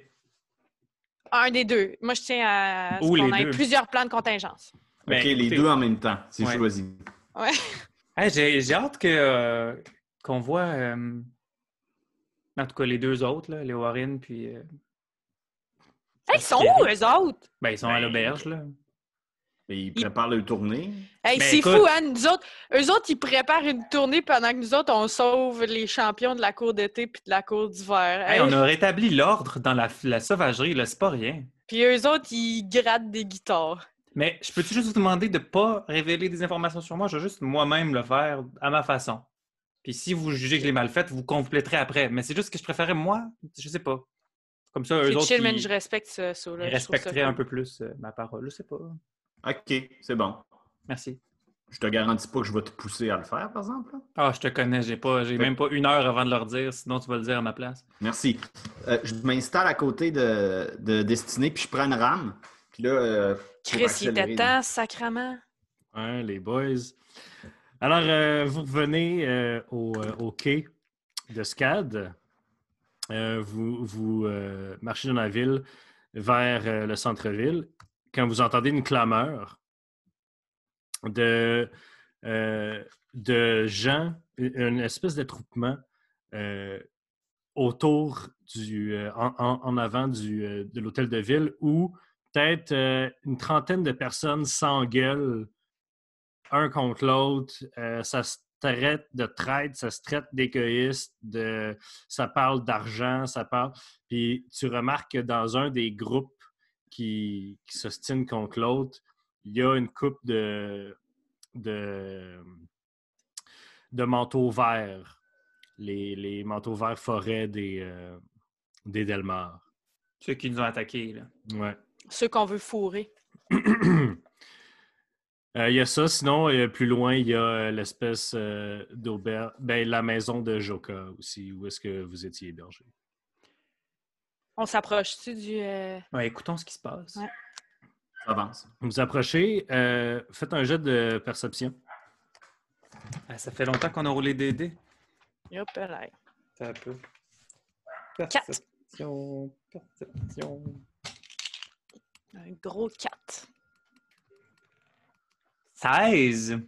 Speaker 2: Un des deux. Moi, je tiens à ce
Speaker 3: Ou
Speaker 2: qu'on
Speaker 3: les
Speaker 2: ait
Speaker 3: deux.
Speaker 2: plusieurs plans de contingence.
Speaker 4: OK, les
Speaker 3: écoutez,
Speaker 4: deux en même temps. C'est
Speaker 3: ouais.
Speaker 4: choisi.
Speaker 2: Ouais.
Speaker 3: Hey, j'ai hâte qu'on voit, en tout cas, les deux autres, là, les Warren, puis...
Speaker 2: Hey, ils sont où, eux autres?
Speaker 3: Ben, ils sont à l'auberge, là.
Speaker 4: Et ils préparent le tournée.
Speaker 2: Hey,
Speaker 3: Ben,
Speaker 2: c'est
Speaker 3: écoute...
Speaker 2: fou, hein? Eux autres, ils préparent une tournée pendant que nous autres, on sauve les champions de la cour d'été puis de la cour d'hiver.
Speaker 3: Hey, on a rétabli l'ordre dans la sauvagerie, là, c'est pas rien.
Speaker 2: Puis eux autres, ils grattent des guitares.
Speaker 3: Mais je peux-tu juste vous demander de ne pas révéler des informations sur moi? Je vais juste moi-même le faire à ma façon. Puis si vous jugez que je l'ai mal fait, vous compléterez après. Mais c'est juste que je préférais, moi, je sais pas. Comme ça, eux
Speaker 2: C'est
Speaker 3: autres,
Speaker 2: chill, man, je respecte ça.
Speaker 3: ils respecteraient un peu plus ma parole. Je sais pas.
Speaker 4: OK, c'est bon.
Speaker 3: Merci.
Speaker 4: Je te garantis pas que je vais te pousser à le faire, par exemple. Là.
Speaker 3: Ah, je te connais, j'ai même pas 1 heure avant de leur dire, sinon tu vas le dire à ma place.
Speaker 4: Merci. Je m'installe à côté de Destinée, puis je prends une rame. Puis là,
Speaker 2: Chris, il était temps, sacrement.
Speaker 1: Ouais, les boys. Alors, vous revenez au quai de Scad. Vous marchez dans la ville vers le centre-ville. Quand vous entendez une clameur de gens, une espèce d'attroupement autour en avant de l'hôtel de ville où peut-être une trentaine de personnes s'engueulent un contre l'autre. Ça se traite de traite, ça se traite d'égoïste, ça parle d'argent, ça parle... Puis tu remarques que dans un des groupes qui s'ostinent contre l'autre, il y a une couple de manteaux verts. Les manteaux verts forêt des Delmar.
Speaker 3: Ceux qui nous ont attaqués, là.
Speaker 1: Ouais.
Speaker 2: Ceux qu'on veut fourrer.
Speaker 1: Il y a ça. Sinon, plus loin, il y a l'espèce d'auberge. Ben, la maison de Joka aussi, où est-ce que vous étiez hébergé.
Speaker 2: On s'approche-tu du...
Speaker 3: Ouais, écoutons ce qui se passe.
Speaker 2: Ouais.
Speaker 4: Ça avance.
Speaker 1: Vous vous approchez. Faites un jet de perception.
Speaker 3: Ah, ça fait longtemps qu'on a roulé des dés.
Speaker 2: Hop là.
Speaker 3: Ça peut.
Speaker 2: Quatre.
Speaker 3: Perception.
Speaker 2: Un gros 4.
Speaker 3: 16.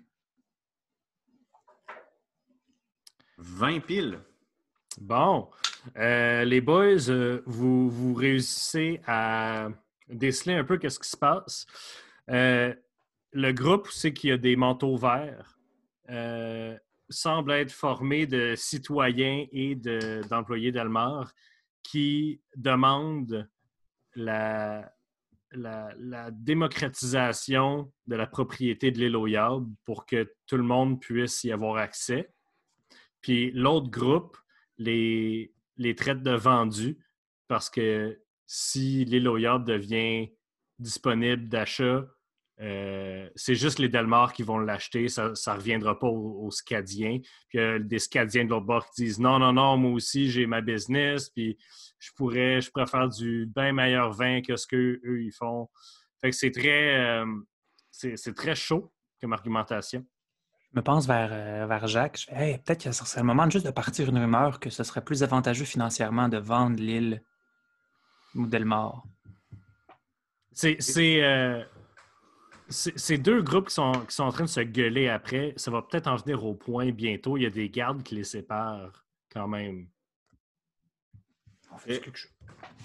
Speaker 4: 20 piles.
Speaker 1: Bon. Les boys, vous réussissez à déceler un peu qu'est-ce qui se passe. Le groupe, c'est qu'il y a des manteaux verts. Semble être formé de citoyens et d'employés d'Almar qui demandent la démocratisation de la propriété de l'île aux Yables pour que tout le monde puisse y avoir accès. Puis l'autre groupe les traite de vendus parce que si l'île aux Yables devient disponible d'achat, c'est juste les Delmar qui vont l'acheter, ça ne reviendra pas aux Scadiens. Puis il y a des Scadiens de l'autre bord qui disent non, moi aussi j'ai ma business, puis je pourrais faire du bien meilleur vin que ce qu'eux ils font. Fait que c'est très chaud comme argumentation.
Speaker 3: Je me pense vers Jacques. Je fais, hey, peut-être que ce serait le moment juste de partir une rumeur que ce serait plus avantageux financièrement de vendre l'île ou Delmar.
Speaker 1: C'est deux groupes qui sont en train de se gueuler après. Ça va peut-être en venir au point bientôt. Il y a des gardes qui les séparent quand même.
Speaker 3: On fait quelque chose.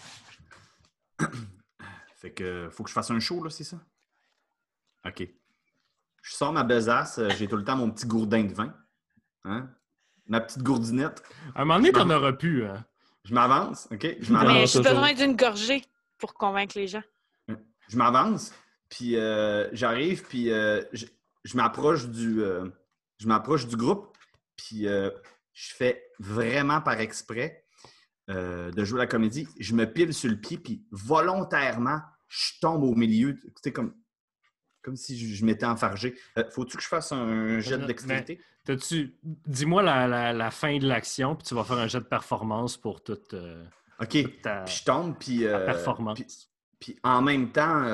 Speaker 4: Fait que faut que je fasse un show, là, c'est ça? OK. Je sors ma besace, j'ai tout le temps mon petit gourdin de vin. Hein? Ma petite gourdinette.
Speaker 1: À un moment donné, t'en auras plus. Hein?
Speaker 4: Je m'avance, OK? Je
Speaker 2: Mais
Speaker 4: m'avance.
Speaker 2: j'ai besoin d'une gorgée pour convaincre les gens.
Speaker 4: Je m'avance, puis j'arrive, puis je m'approche du groupe, puis je fais vraiment par exprès de jouer la comédie. Je me pile sur le pied, puis volontairement, je tombe au milieu. Tu sais, comme si je m'étais enfargé. Faut-tu que je fasse un jet de dextérité?
Speaker 1: Dis-moi la fin de l'action, puis tu vas faire un jet de performance pour toute
Speaker 4: OK. Puis je tombe, puis
Speaker 1: performance.
Speaker 4: Puis en même temps,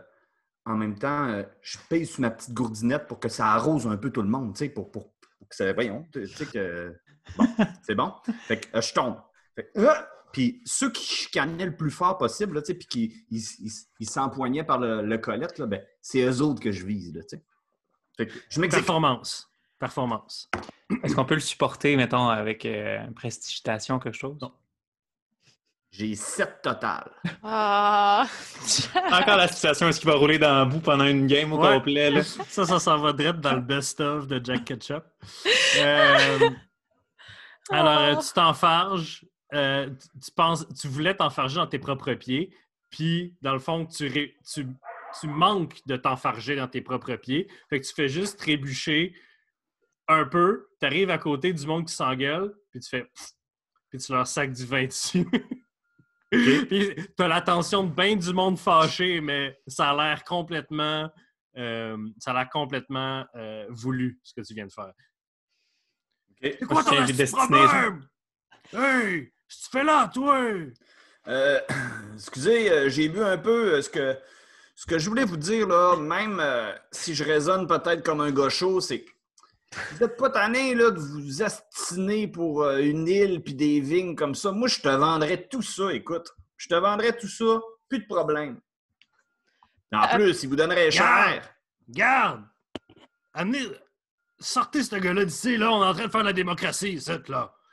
Speaker 4: je pèse sur ma petite gourdinette pour que ça arrose un peu tout le monde, tu sais, pour que ça... Voyons, tu sais que... Bon, c'est bon. Fait que je tombe. Puis ceux qui chicanaient le plus fort possible, tu sais, puis qui s'empoignaient par le collet, là, ben, c'est eux autres que je vise, là, tu sais. Fait que je m'exécute.
Speaker 1: Performance.
Speaker 3: Est-ce qu'on peut le supporter, mettons, avec prestigitation, quelque chose?
Speaker 4: Non. J'ai 7 total.
Speaker 2: Ah!
Speaker 3: Encore la situation, est-ce qu'il va rouler dans la boue pendant une game au complet? Là?
Speaker 1: Ça s'en va direct dans le best-of de Jack Ketchup. Alors, tu t'enfarges. Tu voulais t'enfarger dans tes propres pieds. Puis, dans le fond, tu manques de t'enfarger dans tes propres pieds. Fait que tu fais juste trébucher un peu. Tu arrives à côté du monde qui s'engueule. Puis tu fais... Puis tu leur sacs du vin dessus. Puis t'as l'attention de bien du monde fâché, mais ça a l'air complètement voulu, ce que tu viens de faire.
Speaker 4: Okay.
Speaker 1: C'est quoi ton problème? Hey! Qu'est-ce que tu fais là, toi?
Speaker 4: Excusez, j'ai bu un peu. Ce que je voulais vous dire, là, même si je raisonne peut-être comme un gaucho, c'est que vous n'êtes pas tanné là, de vous astiner pour une île puis des vignes comme ça. Moi, je te vendrais tout ça, écoute. Je te vendrais tout ça, plus de problème. En plus, il vous donnerait cher.
Speaker 1: Garde! Amenez... Sortez ce gars-là d'ici, là. On est en train de faire la démocratie, ici, là.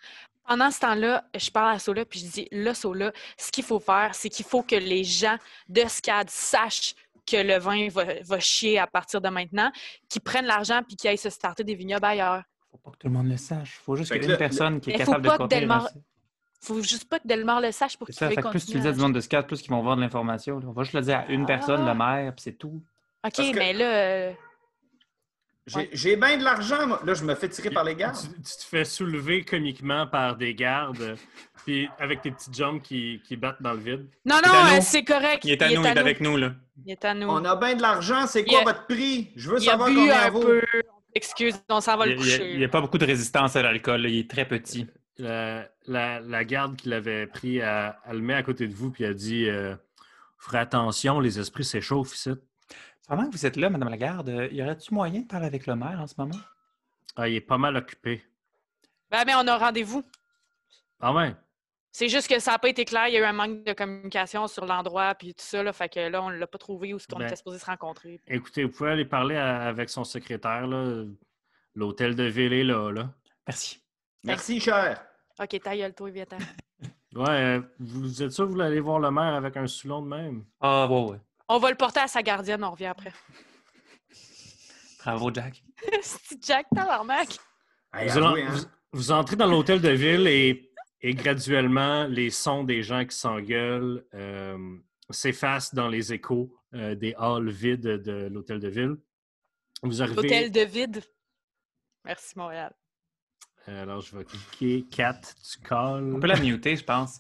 Speaker 2: Pendant ce temps-là, je parle à Sola puis je dis là, Sola, ce qu'il faut faire, c'est qu'il faut que les gens de SCAD sachent que le vin va chier à partir de maintenant, qu'ils prennent l'argent puis qu'ils aillent se starter des vignobles ailleurs.
Speaker 3: Faut pas que tout le monde le sache. Faut juste
Speaker 4: Fait
Speaker 3: qu'il y
Speaker 4: que
Speaker 3: ait
Speaker 4: là,
Speaker 3: une personne qui est
Speaker 2: Mais faut
Speaker 3: capable de
Speaker 2: pas que
Speaker 3: contenir
Speaker 2: Delmar.
Speaker 3: un...
Speaker 2: Faut juste pas que Delmar le sache pour
Speaker 3: C'est
Speaker 2: qu'il
Speaker 3: ça.
Speaker 2: veuille
Speaker 3: Fait que plus tu
Speaker 2: continuer
Speaker 3: le dis à
Speaker 2: à
Speaker 3: du monde
Speaker 2: acheter.
Speaker 3: de SCAD, plus qu'ils vont voir de l'information. Là. On va juste le dire à une personne, le maire, puis c'est tout.
Speaker 2: OK,
Speaker 4: Parce que-
Speaker 2: mais là, Ouais.
Speaker 4: J'ai bien de l'argent, moi. Là, je me fais tirer par les gardes.
Speaker 1: Tu te fais soulever comiquement par des gardes, puis avec tes petites jambes qui battent dans le vide.
Speaker 2: non,
Speaker 3: Il est à nous.
Speaker 2: c'est correct.
Speaker 3: Il est à nous, il est avec nous, là.
Speaker 2: Il est à nous.
Speaker 4: On a bien de l'argent. C'est quoi
Speaker 2: Il a-
Speaker 4: votre prix? Je veux
Speaker 2: Il a
Speaker 4: savoir
Speaker 2: bu
Speaker 4: combien
Speaker 2: un
Speaker 4: vaut.
Speaker 2: peu. Excuse, on s'en va le coucher.
Speaker 3: Il n'y a pas beaucoup de résistance à l'alcool. Là. Il est très petit.
Speaker 1: La garde qui l'avait pris, elle le met à côté de vous, puis elle dit ferez attention, les esprits s'échauffent ici.
Speaker 3: Pendant que vous êtes là, Madame Lagarde, y aurait-il moyen de parler avec le maire en ce moment?
Speaker 1: Ah, il est pas mal occupé.
Speaker 2: Ben, mais on a rendez-vous.
Speaker 1: Ah ouais?
Speaker 2: C'est juste que ça n'a pas été clair. Il y a eu un manque de communication sur l'endroit puis tout ça. Là, fait que là, on ne l'a pas trouvé où on
Speaker 1: Ben,
Speaker 2: était supposé se rencontrer.
Speaker 1: Écoutez, vous pouvez aller parler avec son secrétaire, là. L'hôtel de ville est là.
Speaker 3: Merci.
Speaker 4: Merci, cher.
Speaker 2: OK, ta gueule, toi, viens-t'en.
Speaker 1: Ouais, vous êtes sûr que vous voulez aller voir le maire avec un soulon de même?
Speaker 3: Ah, ouais.
Speaker 2: On va le porter à sa gardienne, on revient après.
Speaker 3: Bravo, Jack.
Speaker 2: C'est Jack, tabarnak.
Speaker 4: Hey,
Speaker 1: Vous,
Speaker 4: avouez, hein?
Speaker 1: vous entrez dans l'hôtel de ville et graduellement, les sons des gens qui s'engueulent s'effacent dans les échos des halls vides de l'hôtel de ville. Vous arrivez...
Speaker 2: L'hôtel de vide. Merci, Montréal.
Speaker 1: Alors, je vais cliquer. Kat, tu calls.
Speaker 3: On peut la muter, je pense.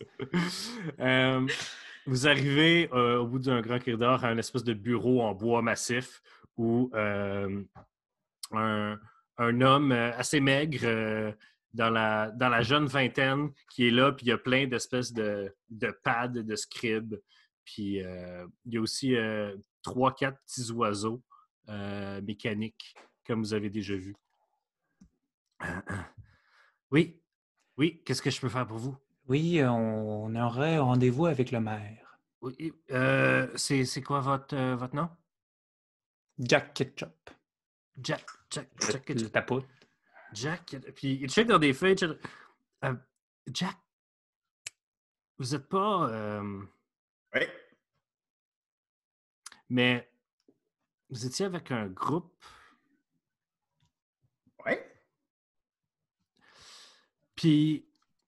Speaker 1: Vous arrivez au bout d'un grand corridor à un espèce de bureau en bois massif où un homme assez maigre dans la jeune vingtaine qui est là, puis il y a plein d'espèces de pads, de scribes, puis il y a aussi 3-4 petits oiseaux mécaniques, comme vous avez déjà vu. Oui, qu'est-ce que je peux faire pour vous?
Speaker 3: Oui, on aurait rendez-vous avec le maire.
Speaker 1: Oui, c'est quoi votre nom?
Speaker 3: Jack Ketchup.
Speaker 1: Jack.
Speaker 3: Le tapoute.
Speaker 1: Jack. Puis il check dans des feuilles. Jack, vous êtes pas...
Speaker 4: Oui.
Speaker 1: Mais vous étiez avec un groupe.
Speaker 4: Oui.
Speaker 1: Puis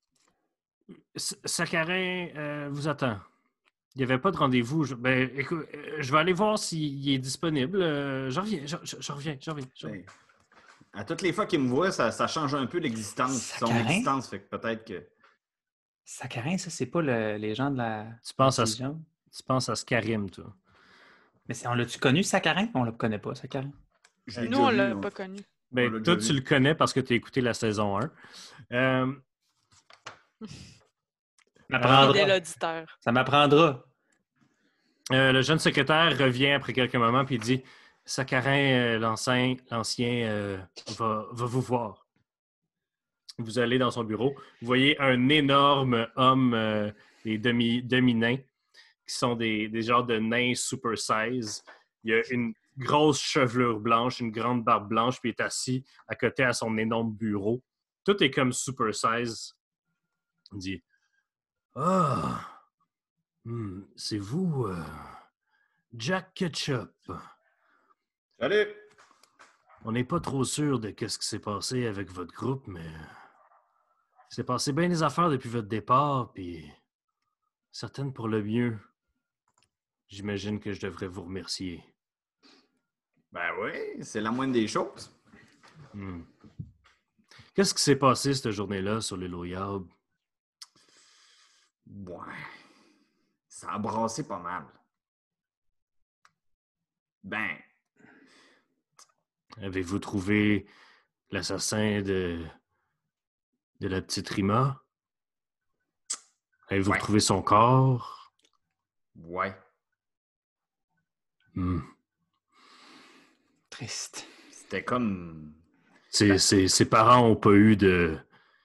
Speaker 1: Saccharin vous attend. Il n'y avait pas de rendez-vous. Écoute, je vais aller voir s'il est disponible. J'en reviens.
Speaker 4: Ben, à toutes les fois qu'il me voit, ça change un peu l'existence. Son
Speaker 3: Saccharin?
Speaker 4: existence, fait que peut-être que...
Speaker 3: Saccharin, ça, c'est pas les gens de la...
Speaker 1: Tu penses à Scarim, toi.
Speaker 3: Mais on l'a-tu connu, Saccharin? On le connaît pas, Saccharin.
Speaker 4: Je l'ai
Speaker 2: Nous,
Speaker 4: déjà
Speaker 2: on
Speaker 4: vu,
Speaker 2: l'a
Speaker 4: on-
Speaker 2: pas connu.
Speaker 1: Ben,
Speaker 4: l'a
Speaker 1: toi,
Speaker 4: déjà
Speaker 1: tu
Speaker 4: vu.
Speaker 1: le connais parce que tu as écouté la saison 1.
Speaker 3: M'apprendra.
Speaker 2: Fidèle auditeur.
Speaker 3: Ça m'apprendra.
Speaker 1: Le jeune secrétaire revient après quelques moments puis il dit Saccharin, l'ancien, va vous voir. Vous allez dans son bureau. Vous voyez un énorme homme, des demi-nains, qui sont des genres de nains super size. Il a une grosse chevelure blanche, une grande barbe blanche, puis il est assis à côté à son énorme bureau. Tout est comme super size. Il dit Ah, c'est vous, Jack Ketchup.
Speaker 4: Salut!
Speaker 1: On n'est pas trop sûr de ce qui s'est passé avec votre groupe, mais il s'est passé bien des affaires depuis votre départ, puis certaines pour le mieux. J'imagine que je devrais vous remercier.
Speaker 4: Ben oui, c'est la moindre des choses.
Speaker 1: Qu'est-ce qui s'est passé cette journée-là sur l'île aux Yables?
Speaker 4: Ouais. Ça a brassé pas mal. Ben,
Speaker 1: Avez-vous trouvé l'assassin de la petite Rima? Avez-vous
Speaker 4: Ouais.
Speaker 1: retrouvé son corps?
Speaker 4: ouais.
Speaker 3: Triste.
Speaker 4: C'était comme...
Speaker 1: Ses parents n'ont pas eu de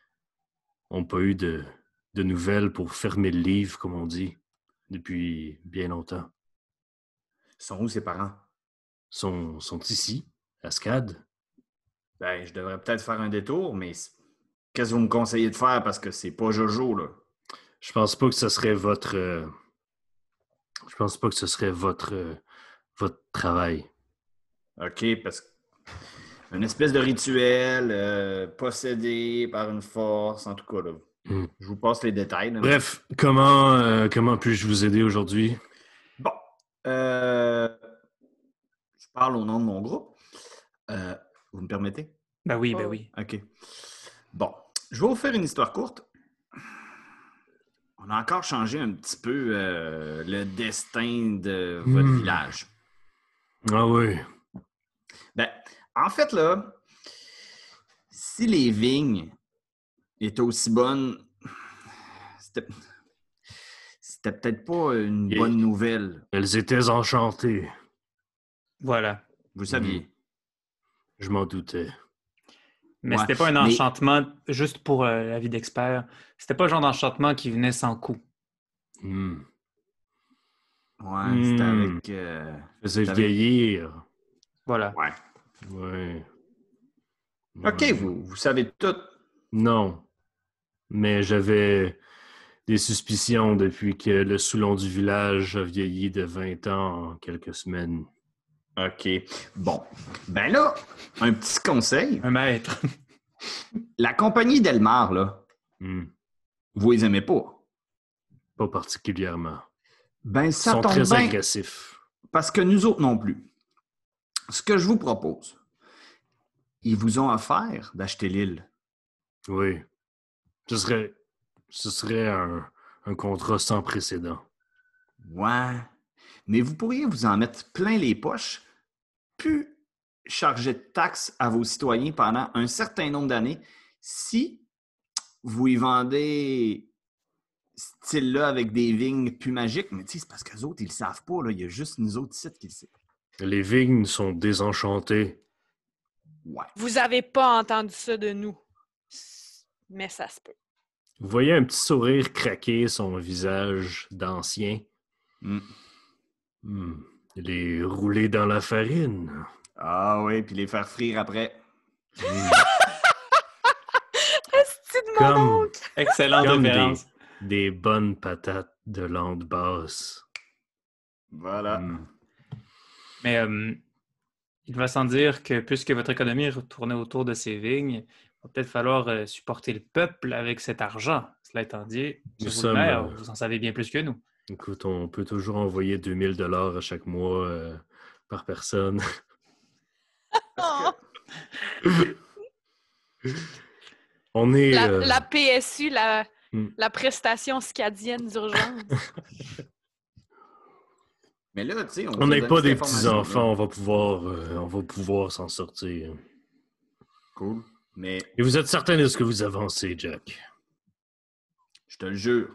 Speaker 1: nouvelles pour fermer le livre, comme on dit, depuis bien longtemps.
Speaker 4: Sont où ses parents?
Speaker 1: Sont ici, à SCAD.
Speaker 4: Ben, je devrais peut-être faire un détour, mais qu'est-ce que vous me conseillez de faire parce que c'est pas Jojo, là.
Speaker 1: Je pense pas que ce serait votre... je pense pas que ce serait votre travail.
Speaker 4: OK, parce que une espèce de rituel possédé par une force, en tout cas, là. Je vous passe les détails. Là.
Speaker 1: Bref, comment puis-je vous aider aujourd'hui?
Speaker 4: Bon. Je parle au nom de mon groupe. Vous me permettez?
Speaker 3: Ben oui, ben oui.
Speaker 4: OK. Bon. Je vais vous faire une histoire courte. On a encore changé un petit peu le destin de votre village.
Speaker 1: Ah oui.
Speaker 4: Ben, en fait, là, si les vignes étaient aussi bonnes, c'était peut-être pas une bonne nouvelle.
Speaker 1: Elles étaient enchantées.
Speaker 3: Voilà.
Speaker 4: Vous saviez.
Speaker 1: Je m'en doutais.
Speaker 3: Mais
Speaker 4: Ouais,
Speaker 3: c'était pas un
Speaker 4: mais-
Speaker 3: enchantement, juste pour la vie d'expert, c'était pas le genre d'enchantement qui venait sans coup.
Speaker 1: Hmm.
Speaker 4: Ouais, c'était avec...
Speaker 1: Faisait
Speaker 4: c'était avec-
Speaker 1: vieillir.
Speaker 3: Voilà.
Speaker 4: Ouais.
Speaker 1: Ouais.
Speaker 4: OK,
Speaker 1: Ouais.
Speaker 4: vous savez tout.
Speaker 1: Non. Mais j'avais des suspicions depuis que le Soulon du village a vieilli de 20 ans en quelques semaines.
Speaker 4: OK. Bon. Ben là, un petit conseil.
Speaker 3: Un maître.
Speaker 4: La compagnie Delmar, là,
Speaker 1: Hmm.
Speaker 4: vous les aimez pas.
Speaker 1: Pas particulièrement.
Speaker 4: Ben,
Speaker 1: Ils
Speaker 4: ça
Speaker 1: sont
Speaker 4: tombe
Speaker 1: très
Speaker 4: bien,
Speaker 1: agressifs.
Speaker 4: parce que nous autres non plus. Ce que je vous propose, ils vous ont offert d'acheter l'île.
Speaker 1: Oui. Ce serait un contrat sans précédent.
Speaker 4: Ouais. Mais vous pourriez vous en mettre plein les poches, puis charger de taxes à vos citoyens pendant un certain nombre d'années si vous y vendez style-là avec des vignes plus magiques. Mais tu sais, c'est parce qu'eux autres, ils le savent pas. Là. Il y a juste nous autres sites qui le savent.
Speaker 1: Les vignes sont désenchantées.
Speaker 4: Ouais.
Speaker 2: Vous avez pas entendu ça de nous. Mais ça se peut.
Speaker 1: Vous voyez un petit sourire craquer son visage d'ancien.
Speaker 4: Mm.
Speaker 1: Les rouler dans la farine.
Speaker 4: Ah oui, puis les faire frire après.
Speaker 2: Est-ce de mon
Speaker 1: Comme,
Speaker 2: oncle?
Speaker 3: Excellente
Speaker 1: comme
Speaker 3: référence.
Speaker 1: des bonnes patates de lande basse.
Speaker 4: Voilà.
Speaker 3: Mais il va sans dire que puisque votre économie tournait autour de ces vignes, il va peut-être falloir supporter le peuple avec cet argent. Cela étant dit,
Speaker 1: Nous
Speaker 3: vous,
Speaker 1: sommes,
Speaker 3: le maire, vous en savez bien plus que nous.
Speaker 1: Écoute, on peut toujours envoyer 2000 $ à chaque mois par personne.
Speaker 2: Oh.
Speaker 1: On est...
Speaker 2: La PSU,
Speaker 1: Hmm.
Speaker 2: la prestation scadienne d'urgence.
Speaker 4: Mais là, tu sais,
Speaker 1: on n'est
Speaker 4: vous
Speaker 1: pas
Speaker 4: donne
Speaker 1: des
Speaker 4: cette information-là.
Speaker 1: petits-enfants, on va pouvoir s'en sortir.
Speaker 4: Cool. Mais
Speaker 1: Et vous êtes certain de ce que vous avancez, Jack?
Speaker 4: je te le jure.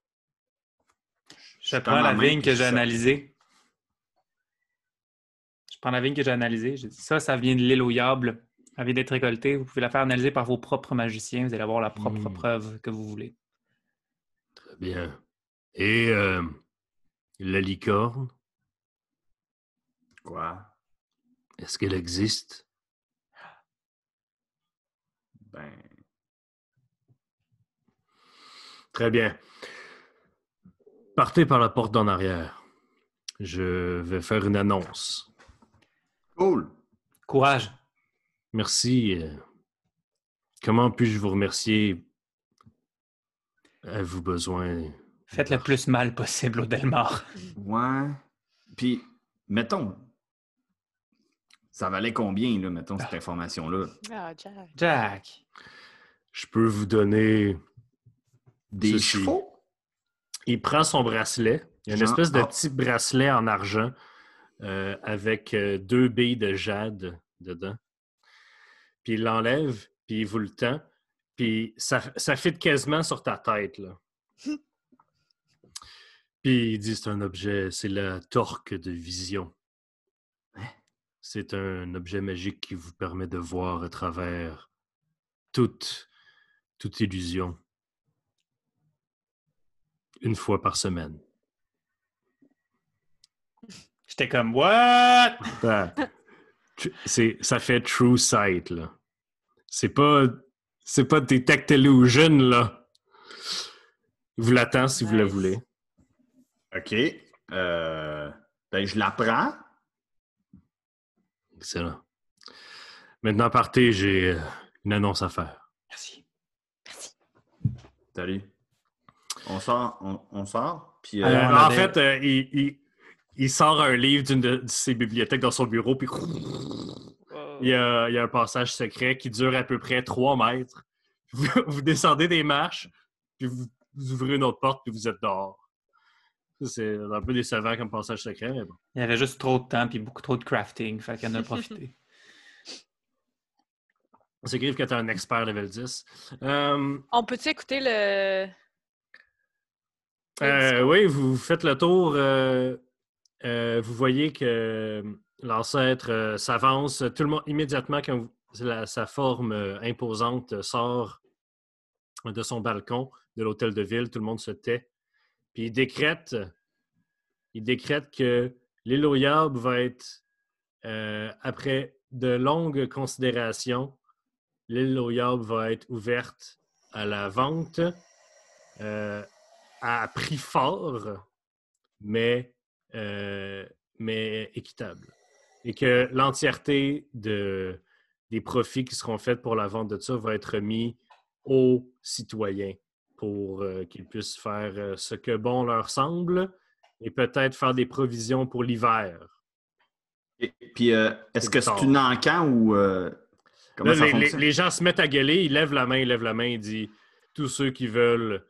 Speaker 3: Je prends la vigne que j'ai analysée. Je prends la vigne que j'ai analysée. Je dis ça vient de l'île aux Yables. Elle vient d'être récoltée. Vous pouvez la faire analyser par vos propres magiciens. Vous allez avoir la propre preuve que vous voulez.
Speaker 1: Très bien. Et la licorne,
Speaker 4: Quoi?
Speaker 1: est-ce qu'elle existe?
Speaker 4: Ben,
Speaker 1: Très bien. Partez par la porte d'en arrière. Je vais faire une annonce.
Speaker 4: cool.
Speaker 3: Courage.
Speaker 1: Merci. Comment puis-je vous remercier? Avez-vous besoin?
Speaker 3: Faites le plus mal possible au Delmar.
Speaker 4: Ouais. Puis, mettons, ça valait combien, là, mettons, cette information-là?
Speaker 2: Ah, Jack.
Speaker 3: Jack.
Speaker 1: Je peux vous donner...
Speaker 4: Des
Speaker 1: Ceci.
Speaker 4: chevaux?
Speaker 1: Il prend son bracelet. Il y a une
Speaker 4: Genre,
Speaker 1: espèce de
Speaker 4: ah.
Speaker 1: petit bracelet en argent avec 2 billes de jade dedans. Puis il l'enlève, puis il vous le tend. Puis ça fit quasiment sur ta tête, là. Puis il dit c'est un objet, c'est la torque de vision. C'est un objet magique qui vous permet de voir à travers toute illusion. Une fois par semaine.
Speaker 3: J'étais comme, what?
Speaker 1: Ça fait true sight, là. C'est pas C'est pas Detect Illusion, là. Il vous l'attend si vous le
Speaker 2: Nice.
Speaker 1: voulez.
Speaker 4: OK. Ben, je la prends.
Speaker 1: Excellent. Maintenant, partez, j'ai une annonce à faire.
Speaker 3: Merci.
Speaker 4: Salut. On sort, puis...
Speaker 3: Alors,
Speaker 1: En
Speaker 3: là,
Speaker 1: fait, il sort un livre d'une de ses bibliothèques dans son bureau, puis il y a un passage secret qui dure à peu près 3 mètres. Vous descendez des marches, puis vous ouvrez une autre porte, puis vous êtes dehors. Ça, c'est un peu décevant comme passage secret, mais bon.
Speaker 3: il y avait juste trop de temps puis beaucoup trop de crafting, fait qu'elle en a profité.
Speaker 1: C'est écrit que tu es un expert level 10.
Speaker 2: On peut-tu écouter le
Speaker 1: Oui, vous faites le tour. Vous voyez que l'ancêtre s'avance. Tout le monde, immédiatement, quand sa forme imposante sort de son balcon de l'hôtel de ville, tout le monde se tait. Puis il décrète que l'île aux Yarbes va être, après de longues considérations, l'île aux Yarbes va être ouverte à la vente à prix fort, mais équitable. Et que l'entièreté des profits qui seront faits pour la vente de ça va être mis aux citoyens pour qu'ils puissent faire ce que bon leur semble et peut-être faire des provisions pour l'hiver.
Speaker 4: Et puis, est-ce que c'est
Speaker 1: tard.
Speaker 4: une encan ou... comment
Speaker 1: Là,
Speaker 4: ça fonctionne?
Speaker 1: les gens se mettent à gueuler, ils lèvent la main, il dit « Tous ceux qui veulent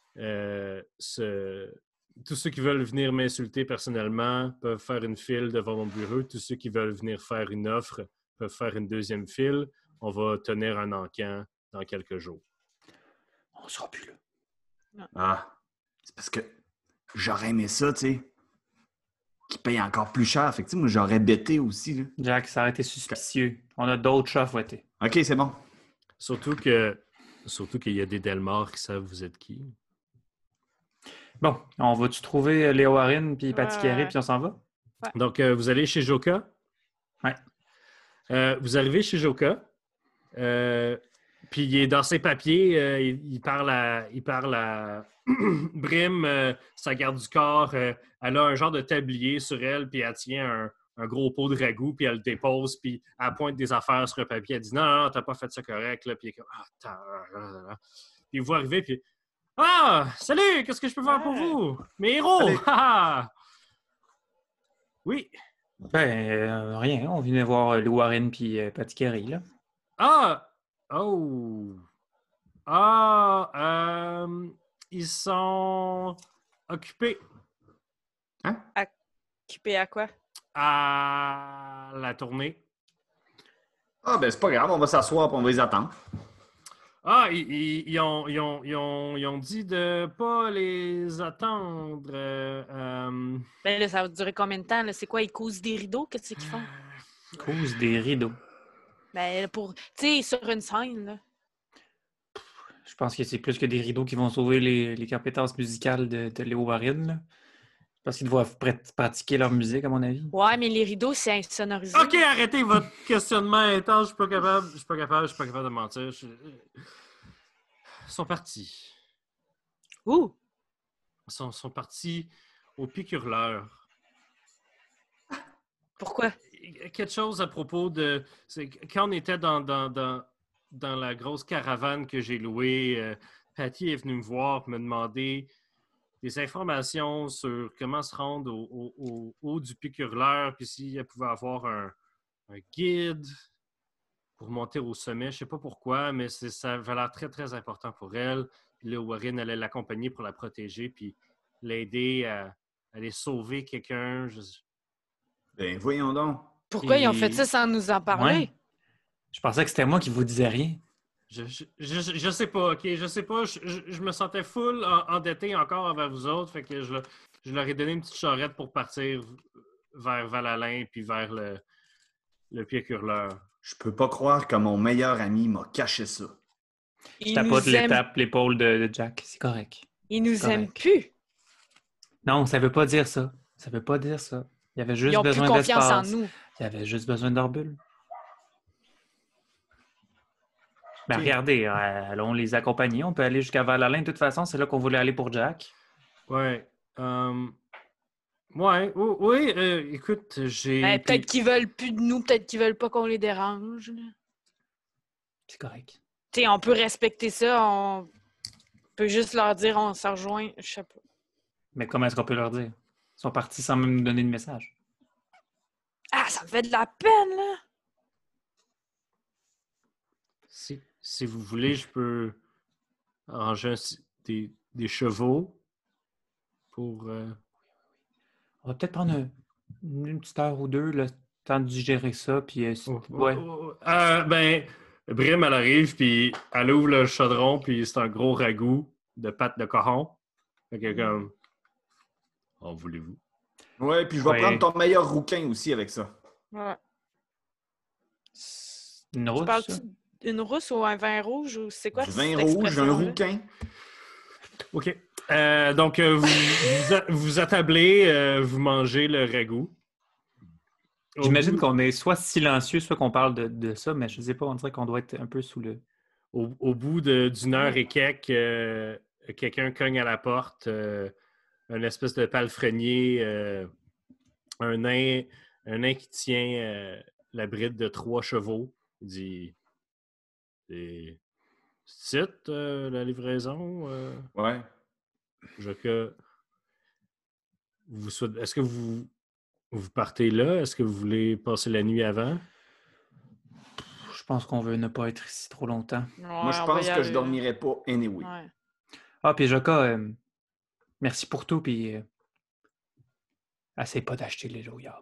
Speaker 1: tous ceux qui veulent venir m'insulter personnellement peuvent faire une file devant mon bureau. Tous ceux qui veulent venir faire une offre peuvent faire une deuxième file. On va tenir un encan dans quelques jours. »
Speaker 3: On sera plus là.
Speaker 4: Ah, c'est parce que j'aurais aimé ça, tu sais, qui paye encore plus cher. Fait que, tu sais, moi, j'aurais bêté aussi, là.
Speaker 3: Jack, ça aurait été suspicieux. On a d'autres chats à fouetter.
Speaker 4: OK, c'est bon.
Speaker 1: Surtout qu'il y a des Delmar qui savent vous êtes qui.
Speaker 3: Bon, on va-tu trouver Léo Warren puis Patty Carey,
Speaker 2: Ouais.
Speaker 3: puis on s'en va?
Speaker 1: Donc, vous allez chez Joka.
Speaker 3: Ouais.
Speaker 1: Vous arrivez chez Joka. Puis il est dans ses papiers. Il parle à Brim, sa garde du corps. Elle a un genre de tablier sur elle, puis elle tient un gros pot de ragoût, puis elle le dépose, puis elle pointe des affaires sur le papier. Elle dit « Non, t'as pas fait ça correct. » Là. Puis il est comme « Puis vous arrivez, puis « Ah, salut! Qu'est-ce que je peux faire pour vous? Mes héros!
Speaker 4: Salut.
Speaker 1: Oui.
Speaker 3: Ben, rien. On venait voir Léo Warren puis Patty Carey, là.
Speaker 1: Ah! Oh! Ah! Ils sont occupés
Speaker 2: occupé à quoi?
Speaker 1: à la tournée.
Speaker 4: Ah, ben, c'est pas grave, on va s'asseoir et on va les attendre.
Speaker 1: Ah, ils ont dit de pas les attendre.
Speaker 2: Ben là, ça va durer combien de temps? Là? C'est quoi? Ils cousent des rideaux? Qu'est-ce qu'ils font?
Speaker 3: Cause des rideaux.
Speaker 2: Ben, tu sais, sur une scène, là.
Speaker 3: Je pense que c'est plus que des rideaux qui vont sauver les compétences musicales de Léo Warren, là. Parce qu'ils doivent pratiquer leur musique, à mon avis.
Speaker 2: Ouais, mais les rideaux, c'est insonorisé.
Speaker 1: OK, arrêtez votre questionnement intense. Je suis pas capable de mentir. Ils sont partis.
Speaker 2: Ouh!
Speaker 1: Ils sont partis au piqûre-leur.
Speaker 2: Pourquoi?
Speaker 1: Quelque chose à propos de... Quand on était dans la grosse caravane que j'ai louée, Patty est venue me voir et me demander des informations sur comment se rendre au haut du piqûre-leur, puis si elle pouvait avoir un guide pour monter au sommet. Je ne sais pas pourquoi, mais ça avait l'air très, très important pour elle. Puis là, Warren allait l'accompagner pour la protéger, puis l'aider à aller sauver quelqu'un.
Speaker 4: Ben, voyons donc.
Speaker 2: Pourquoi ils ont
Speaker 1: Et-
Speaker 2: fait ça sans nous en parler?
Speaker 3: Ouais. Je pensais que c'était moi qui vous disais rien.
Speaker 1: Je sais pas, OK? Je sais pas. Je me sentais full endetté encore envers vous autres. Fait que je leur ai donné une petite charrette pour partir vers Valalin puis vers le piqûre-leur.
Speaker 4: Je peux pas croire que mon meilleur ami m'a caché ça.
Speaker 3: Je
Speaker 2: Ils
Speaker 3: tapote
Speaker 2: nous aiment,
Speaker 3: l'épaule de Jack. C'est correct.
Speaker 2: ils nous
Speaker 3: correct.
Speaker 2: aiment plus.
Speaker 3: Non, ça veut pas dire ça. Ça veut pas dire ça. Il y avait juste
Speaker 2: Ils ont plus
Speaker 3: besoin
Speaker 2: confiance en
Speaker 3: d'espace.
Speaker 2: nous.
Speaker 3: Il y avait juste besoin de leur bulle. Ben,
Speaker 4: Ok.
Speaker 3: regardez, allons les accompagner. On peut aller jusqu'à Val-Alain. De toute façon, c'est là qu'on voulait aller pour Jack.
Speaker 1: Ouais. Ouais, oui, écoute,
Speaker 2: Ben, peut-être qu'ils veulent plus de nous, peut-être qu'ils veulent pas qu'on les dérange. Là.
Speaker 3: C'est correct.
Speaker 2: Tu sais, on peut respecter ça, on peut juste leur dire on se rejoint, je sais pas.
Speaker 3: Mais comment est-ce qu'on peut leur dire? Ils sont partis sans même nous donner de message.
Speaker 2: Ah, ça me fait de la peine, là!
Speaker 1: Si vous voulez, je peux arranger des chevaux pour...
Speaker 3: On va peut-être prendre une petite heure ou deux, le temps de digérer ça, puis ouais.
Speaker 1: Ben, Brim, elle arrive, puis elle ouvre le chaudron, puis c'est un gros ragoût de pâte de cochon. Fait que comme... En voulez-vous?
Speaker 4: Ouais, puis je vais
Speaker 3: Ouais.
Speaker 4: prendre ton meilleur rouquin aussi avec ça.
Speaker 2: Ouais.
Speaker 3: Une
Speaker 2: Tu
Speaker 3: rousse,
Speaker 2: parles-tu
Speaker 3: ça?
Speaker 2: d'une rousse ou un vin rouge ou c'est quoi
Speaker 4: Du
Speaker 2: cette
Speaker 4: vin rouge, un
Speaker 2: expression-là?
Speaker 4: rouquin.
Speaker 1: OK. Donc, vous attablez, vous mangez le ragoût.
Speaker 3: J'imagine qu'on est soit silencieux, soit qu'on parle de ça, mais je sais pas, on dirait qu'on doit être un peu sous le...
Speaker 1: Au bout d'une heure et quelques, quelqu'un cogne à la porte, un espèce de palefrenier, un nain qui tient la bride de 3 chevaux. Il dit C'est la livraison?
Speaker 4: Ouais.
Speaker 1: Est-ce que vous partez là? Est-ce que vous voulez passer la nuit avant?
Speaker 3: Je pense qu'on veut ne pas être ici trop longtemps.
Speaker 2: Ouais,
Speaker 4: Moi, je
Speaker 2: on va
Speaker 4: pense
Speaker 2: y
Speaker 4: que je
Speaker 2: aller,
Speaker 4: dormirai pas anyway.
Speaker 2: là. Ouais.
Speaker 3: Ah, puis Joka, merci pour tout, puis essaye pas d'acheter les loyaux.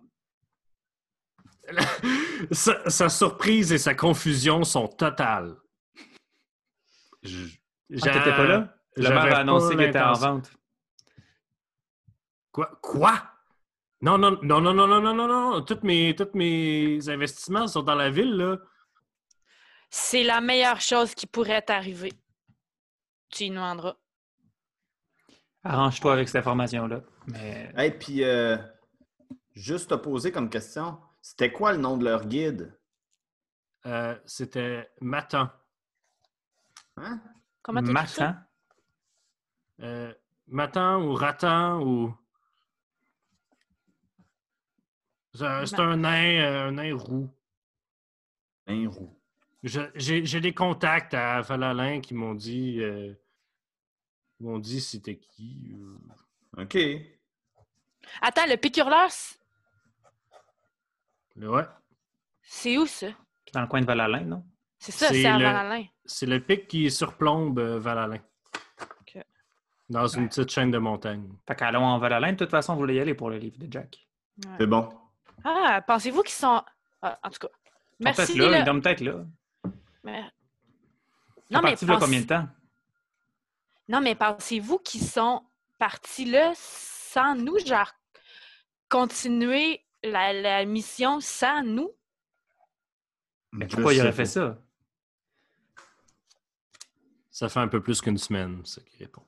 Speaker 1: Sa surprise et sa confusion sont totales.
Speaker 3: Ah, t'étais pas là? Le
Speaker 1: J'avais
Speaker 3: maire a annoncé
Speaker 1: pas
Speaker 3: qu'il était en
Speaker 1: l'intention.
Speaker 3: vente.
Speaker 1: Quoi? Non, non, non, non, non, non, non, non, non. Tous mes investissements sont dans la ville, là.
Speaker 2: C'est la meilleure chose qui pourrait t'arriver. Tu y demanderas.
Speaker 3: Arrange-toi avec cette information-là. Mais
Speaker 4: Hey, puis, juste te poser comme question, c'était quoi le nom de leur guide?
Speaker 1: C'était Matan.
Speaker 4: Hein?
Speaker 2: Comment t'écris ça?
Speaker 3: Matan,
Speaker 1: Matan ou Ratan ou... C'est un nain roux.
Speaker 4: Un roux.
Speaker 1: J'ai des contacts à Val-Alain qui m'ont dit c'était qui.
Speaker 4: OK.
Speaker 2: Attends, le piqûre-leur,
Speaker 1: Ouais.
Speaker 2: c'est où ça?
Speaker 3: dans le coin de Val-Alain, non?
Speaker 2: C'est ça,
Speaker 1: C'est
Speaker 2: c'est à
Speaker 1: le-
Speaker 2: Val-Alain.
Speaker 1: C'est le pic qui surplombe Val-Alain.
Speaker 2: OK.
Speaker 1: Dans une petite chaîne de montagnes.
Speaker 3: Fait qu'allons en Val-Alain. De toute façon, vous voulez y aller pour le livre de Jack.
Speaker 2: Ouais.
Speaker 4: C'est bon.
Speaker 2: Ah, pensez-vous qu'ils sont... Ah, en tout cas,
Speaker 3: Ils sont
Speaker 2: merci.
Speaker 3: peut-être là,
Speaker 2: là.
Speaker 3: ils dorment peut-être là.
Speaker 2: Mais...
Speaker 3: Ils sont partis là combien de temps?
Speaker 2: Non, mais pensez-vous qu'ils sont partis là sans nous, genre continuer la mission sans nous?
Speaker 3: Mais
Speaker 4: Je
Speaker 3: pourquoi il
Speaker 4: sais
Speaker 3: aurait fait
Speaker 4: pas.
Speaker 3: ça?
Speaker 1: Ça fait un peu plus qu'une semaine, c'est ça qui répond.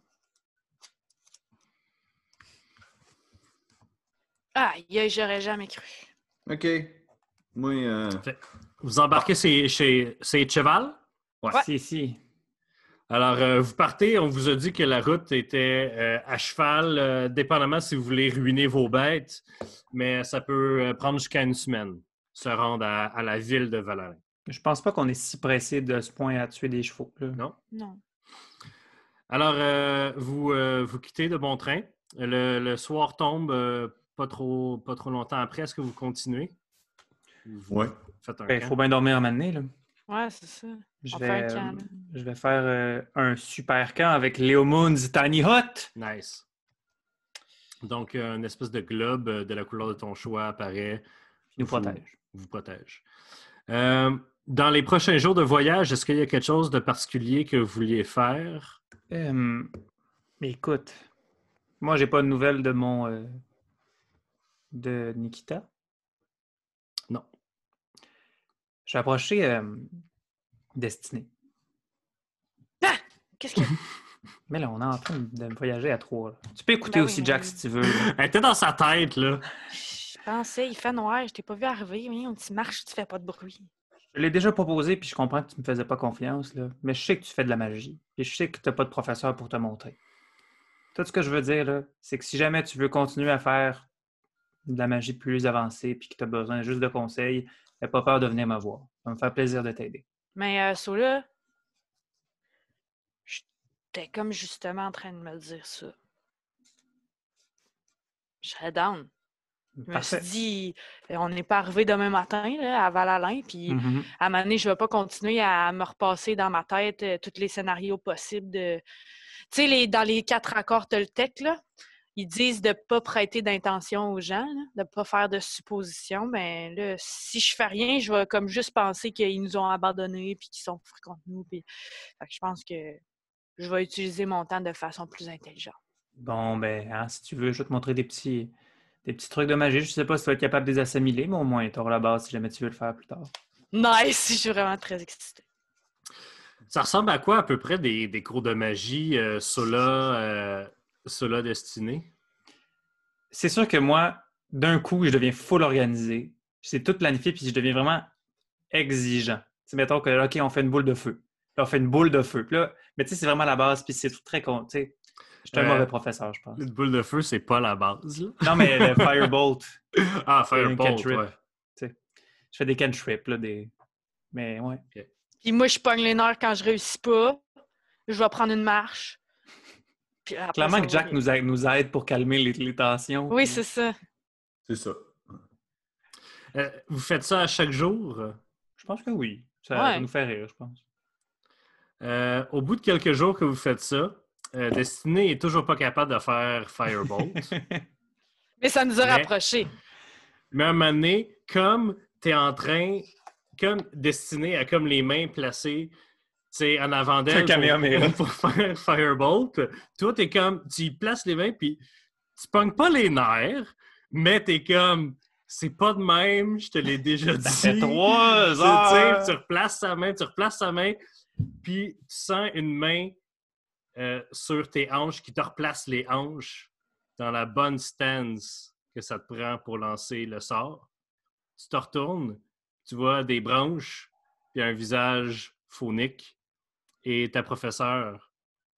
Speaker 2: Ah, j'aurais jamais cru.
Speaker 4: OK. Moi,
Speaker 1: Vous embarquez chez Cheval?
Speaker 3: Ouais.
Speaker 2: Ouais.
Speaker 3: Si.
Speaker 1: Alors, vous partez, on vous a dit que la route était à cheval, dépendamment si vous voulez ruiner vos bêtes, mais ça peut prendre jusqu'à une semaine, se rendre à la ville de Val-Alain.
Speaker 3: Je pense pas qu'on est si pressé de ce point à tuer des chevaux. Là.
Speaker 1: Non?
Speaker 2: Non.
Speaker 1: Alors, vous quittez de bon train. Le soir tombe pas trop longtemps après. Est-ce que vous continuez? Vous
Speaker 4: Ouais.
Speaker 1: faites un
Speaker 3: Il
Speaker 1: camp?
Speaker 3: faut bien dormir un moment donné, là.
Speaker 2: Ouais, c'est ça.
Speaker 3: Je
Speaker 2: On
Speaker 3: vais,
Speaker 2: fait un camp, là.
Speaker 3: je vais faire un super camp avec Léo Moon's Tiny Hut.
Speaker 1: Nice. Donc, une espèce de globe de la couleur de ton choix apparaît.
Speaker 3: Nous protège.
Speaker 1: Vous protège. Dans les prochains jours de voyage, est-ce qu'il y a quelque chose de particulier que vous vouliez faire?
Speaker 3: Mais écoute, moi, j'ai pas de nouvelles de mon... de Nikita.
Speaker 1: Non.
Speaker 3: Je vais approcher Destinée.
Speaker 2: Qu'est-ce qu'il y a?
Speaker 3: Mais là, on est en train de voyager à 3. Là. Tu peux écouter
Speaker 2: Ben
Speaker 3: aussi
Speaker 2: oui,
Speaker 3: Jack
Speaker 2: mais-
Speaker 3: si tu veux. là.
Speaker 1: Elle était dans sa tête, là.
Speaker 2: Je pensais, il fait noir, je t'ai pas vu arriver, mais on tu marches, tu fais pas de bruit.
Speaker 3: Je l'ai déjà proposé, puis je comprends que tu me faisais pas confiance, là. Mais je sais que tu fais de la magie. Et je sais que tu n'as pas de professeur pour te montrer. Tout ce que je veux dire, là, c'est que si jamais tu veux continuer à faire de la magie plus avancée, puis que tu as besoin juste de conseils, n'aie pas peur de venir me voir. Ça va me faire plaisir de t'aider.
Speaker 2: Mais Sola, j'étais comme justement en train de me dire ça. Je serais down. Je me suis
Speaker 3: Parfait.
Speaker 2: dit, on n'est pas arrivé demain matin là, à Val-Alain, puis
Speaker 3: Mhm.
Speaker 2: à un moment donné, je ne vais pas continuer à me repasser dans ma tête tous les scénarios possibles de. Tu sais, dans les 4 accords Toltec, là, ils disent de ne pas prêter d'intention aux gens, là, de ne pas faire de suppositions. Mais là, si je fais rien, je vais comme juste penser qu'ils nous ont abandonnés puis qu'ils sont fous contre nous. Puis... Fait que je pense que je vais utiliser mon temps de façon plus intelligente.
Speaker 3: Bon, ben, hein, si tu veux, je vais te montrer des petits trucs de magie. Je sais pas si tu vas être capable de les assimiler, mais au moins, tu auras la base si jamais tu veux le faire plus tard.
Speaker 2: Nice! Je suis vraiment très excitée.
Speaker 1: Ça ressemble à quoi à peu près des cours de magie Sola Destinée?
Speaker 3: C'est sûr que moi, d'un coup, je deviens full organisé. C'est tout planifié, puis je deviens vraiment exigeant. Tu sais, mettons que, OK, on fait une boule de feu. Là, on fait une boule de feu. Puis là, mais tu sais, c'est vraiment la base, puis c'est très... Tu sais, je suis un mauvais professeur, je pense.
Speaker 1: Une boule de feu, c'est pas la base, là.
Speaker 3: Non, mais le Firebolt.
Speaker 1: Ah,
Speaker 3: C'est un
Speaker 1: Firebolt,
Speaker 3: cantrip.
Speaker 1: ouais.
Speaker 3: Tu sais, je fais des cantrips, là, des... Mais ouais.
Speaker 2: Puis moi, je pogne les nerfs quand je réussis pas. Je vais prendre une marche. Puis après,
Speaker 3: Clairement
Speaker 2: ça
Speaker 3: que
Speaker 2: va
Speaker 3: Jack
Speaker 2: bien.
Speaker 3: nous aide pour calmer les tensions.
Speaker 2: Oui,
Speaker 3: puis-
Speaker 2: c'est ça.
Speaker 4: C'est ça.
Speaker 1: Vous faites ça à chaque jour?
Speaker 3: Je pense que oui. Ça
Speaker 2: Ouais.
Speaker 3: nous fait rire, je pense.
Speaker 1: Au bout de quelques jours que vous faites ça, Destiné est toujours pas capable de faire Firebolt.
Speaker 2: Mais ça nous a
Speaker 1: Mais-
Speaker 2: rapprochés.
Speaker 1: Mais à un moment donné, comme tu es en train, comme Destiné a comme les mains placées en avant d'elle
Speaker 3: Un Kamehameha.
Speaker 1: pour faire Firebolt, toi, t'es comme, tu y places les mains, puis tu pognes pas les nerfs, mais t'es comme, c'est pas de même, je te l'ai déjà dit.
Speaker 3: Ça fait 3
Speaker 1: Tu sais,
Speaker 3: heures!
Speaker 1: tu replaces sa main, puis tu sens une main sur tes hanches qui te replace les hanches dans la bonne stance que ça te prend pour lancer le sort. Tu te retournes, tu vois des branches, puis un visage faunique, et ta professeure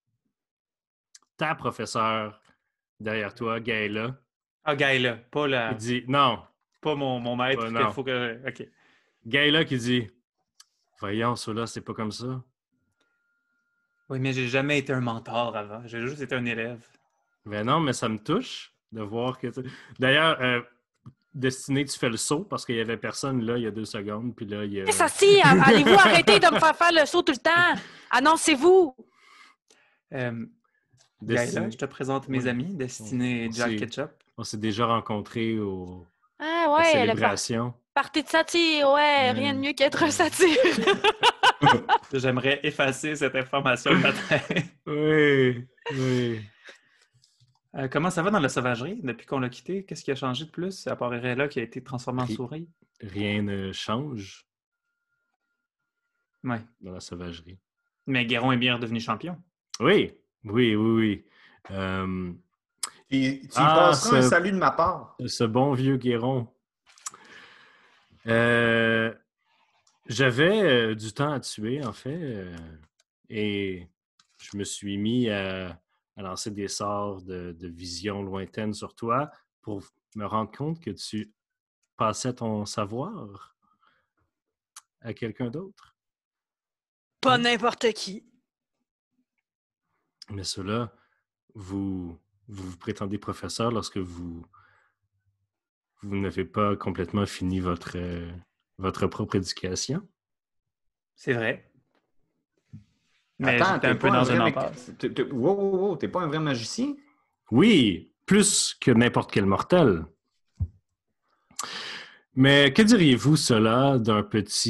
Speaker 1: derrière toi, Gaëla,
Speaker 3: Ah, Gaëla,
Speaker 1: il dit non,
Speaker 3: pas mon maître
Speaker 1: non.
Speaker 3: qu'il faut que... OK.
Speaker 1: Gaëla qui dit voyons, cela, c'est pas comme ça.
Speaker 3: Oui, mais j'ai jamais été un mentor avant. J'ai juste été un élève.
Speaker 1: Ben non, mais ça me touche de voir que. D'ailleurs, Destiné, tu fais le saut parce qu'il y avait personne là il y a 2 secondes, puis là, il y a.
Speaker 2: Mais ça, si! Allez-vous arrêter de me faire le saut tout le temps? Annoncez-vous!
Speaker 3: Gaëla,
Speaker 1: Destiné.
Speaker 3: je te présente mes
Speaker 1: Oui.
Speaker 3: amis, Destiné et
Speaker 1: On
Speaker 3: Jack
Speaker 1: s'est-
Speaker 3: Ketchup.
Speaker 1: On s'est déjà rencontrés
Speaker 2: Ah
Speaker 1: à la
Speaker 2: ouais, le
Speaker 1: célébration.
Speaker 2: party de satire, ouais, rien de mieux qu'être un satire.
Speaker 3: J'aimerais effacer cette information de ma tête.
Speaker 1: Oui, oui.
Speaker 3: Comment ça va dans la sauvagerie depuis qu'on l'a quitté? Qu'est-ce qui a changé de plus à part Rella qui a été transformée en souris?
Speaker 1: Rien ne change
Speaker 3: Ouais.
Speaker 1: dans la sauvagerie.
Speaker 3: Mais Guéron est bien redevenu champion.
Speaker 1: Oui, oui, oui, oui.
Speaker 4: Tu y
Speaker 1: Ah,
Speaker 4: passeras un salut de ma part.
Speaker 1: Ce bon vieux Guéron. J'avais du temps à tuer, en fait, et je me suis mis à lancer des sorts de vision lointaine sur toi pour me rendre compte que tu passais ton savoir à quelqu'un d'autre.
Speaker 2: Pas n'importe qui.
Speaker 1: Mais cela, vous prétendez professeur lorsque vous n'avez pas complètement fini votre propre éducation.
Speaker 3: C'est vrai. Mais
Speaker 4: Attends,
Speaker 3: j'étais un peu dans une impasse.
Speaker 4: Wow, t'es pas un vrai magicien?
Speaker 1: Oui, plus que n'importe quel mortel. Mais que diriez-vous cela d'une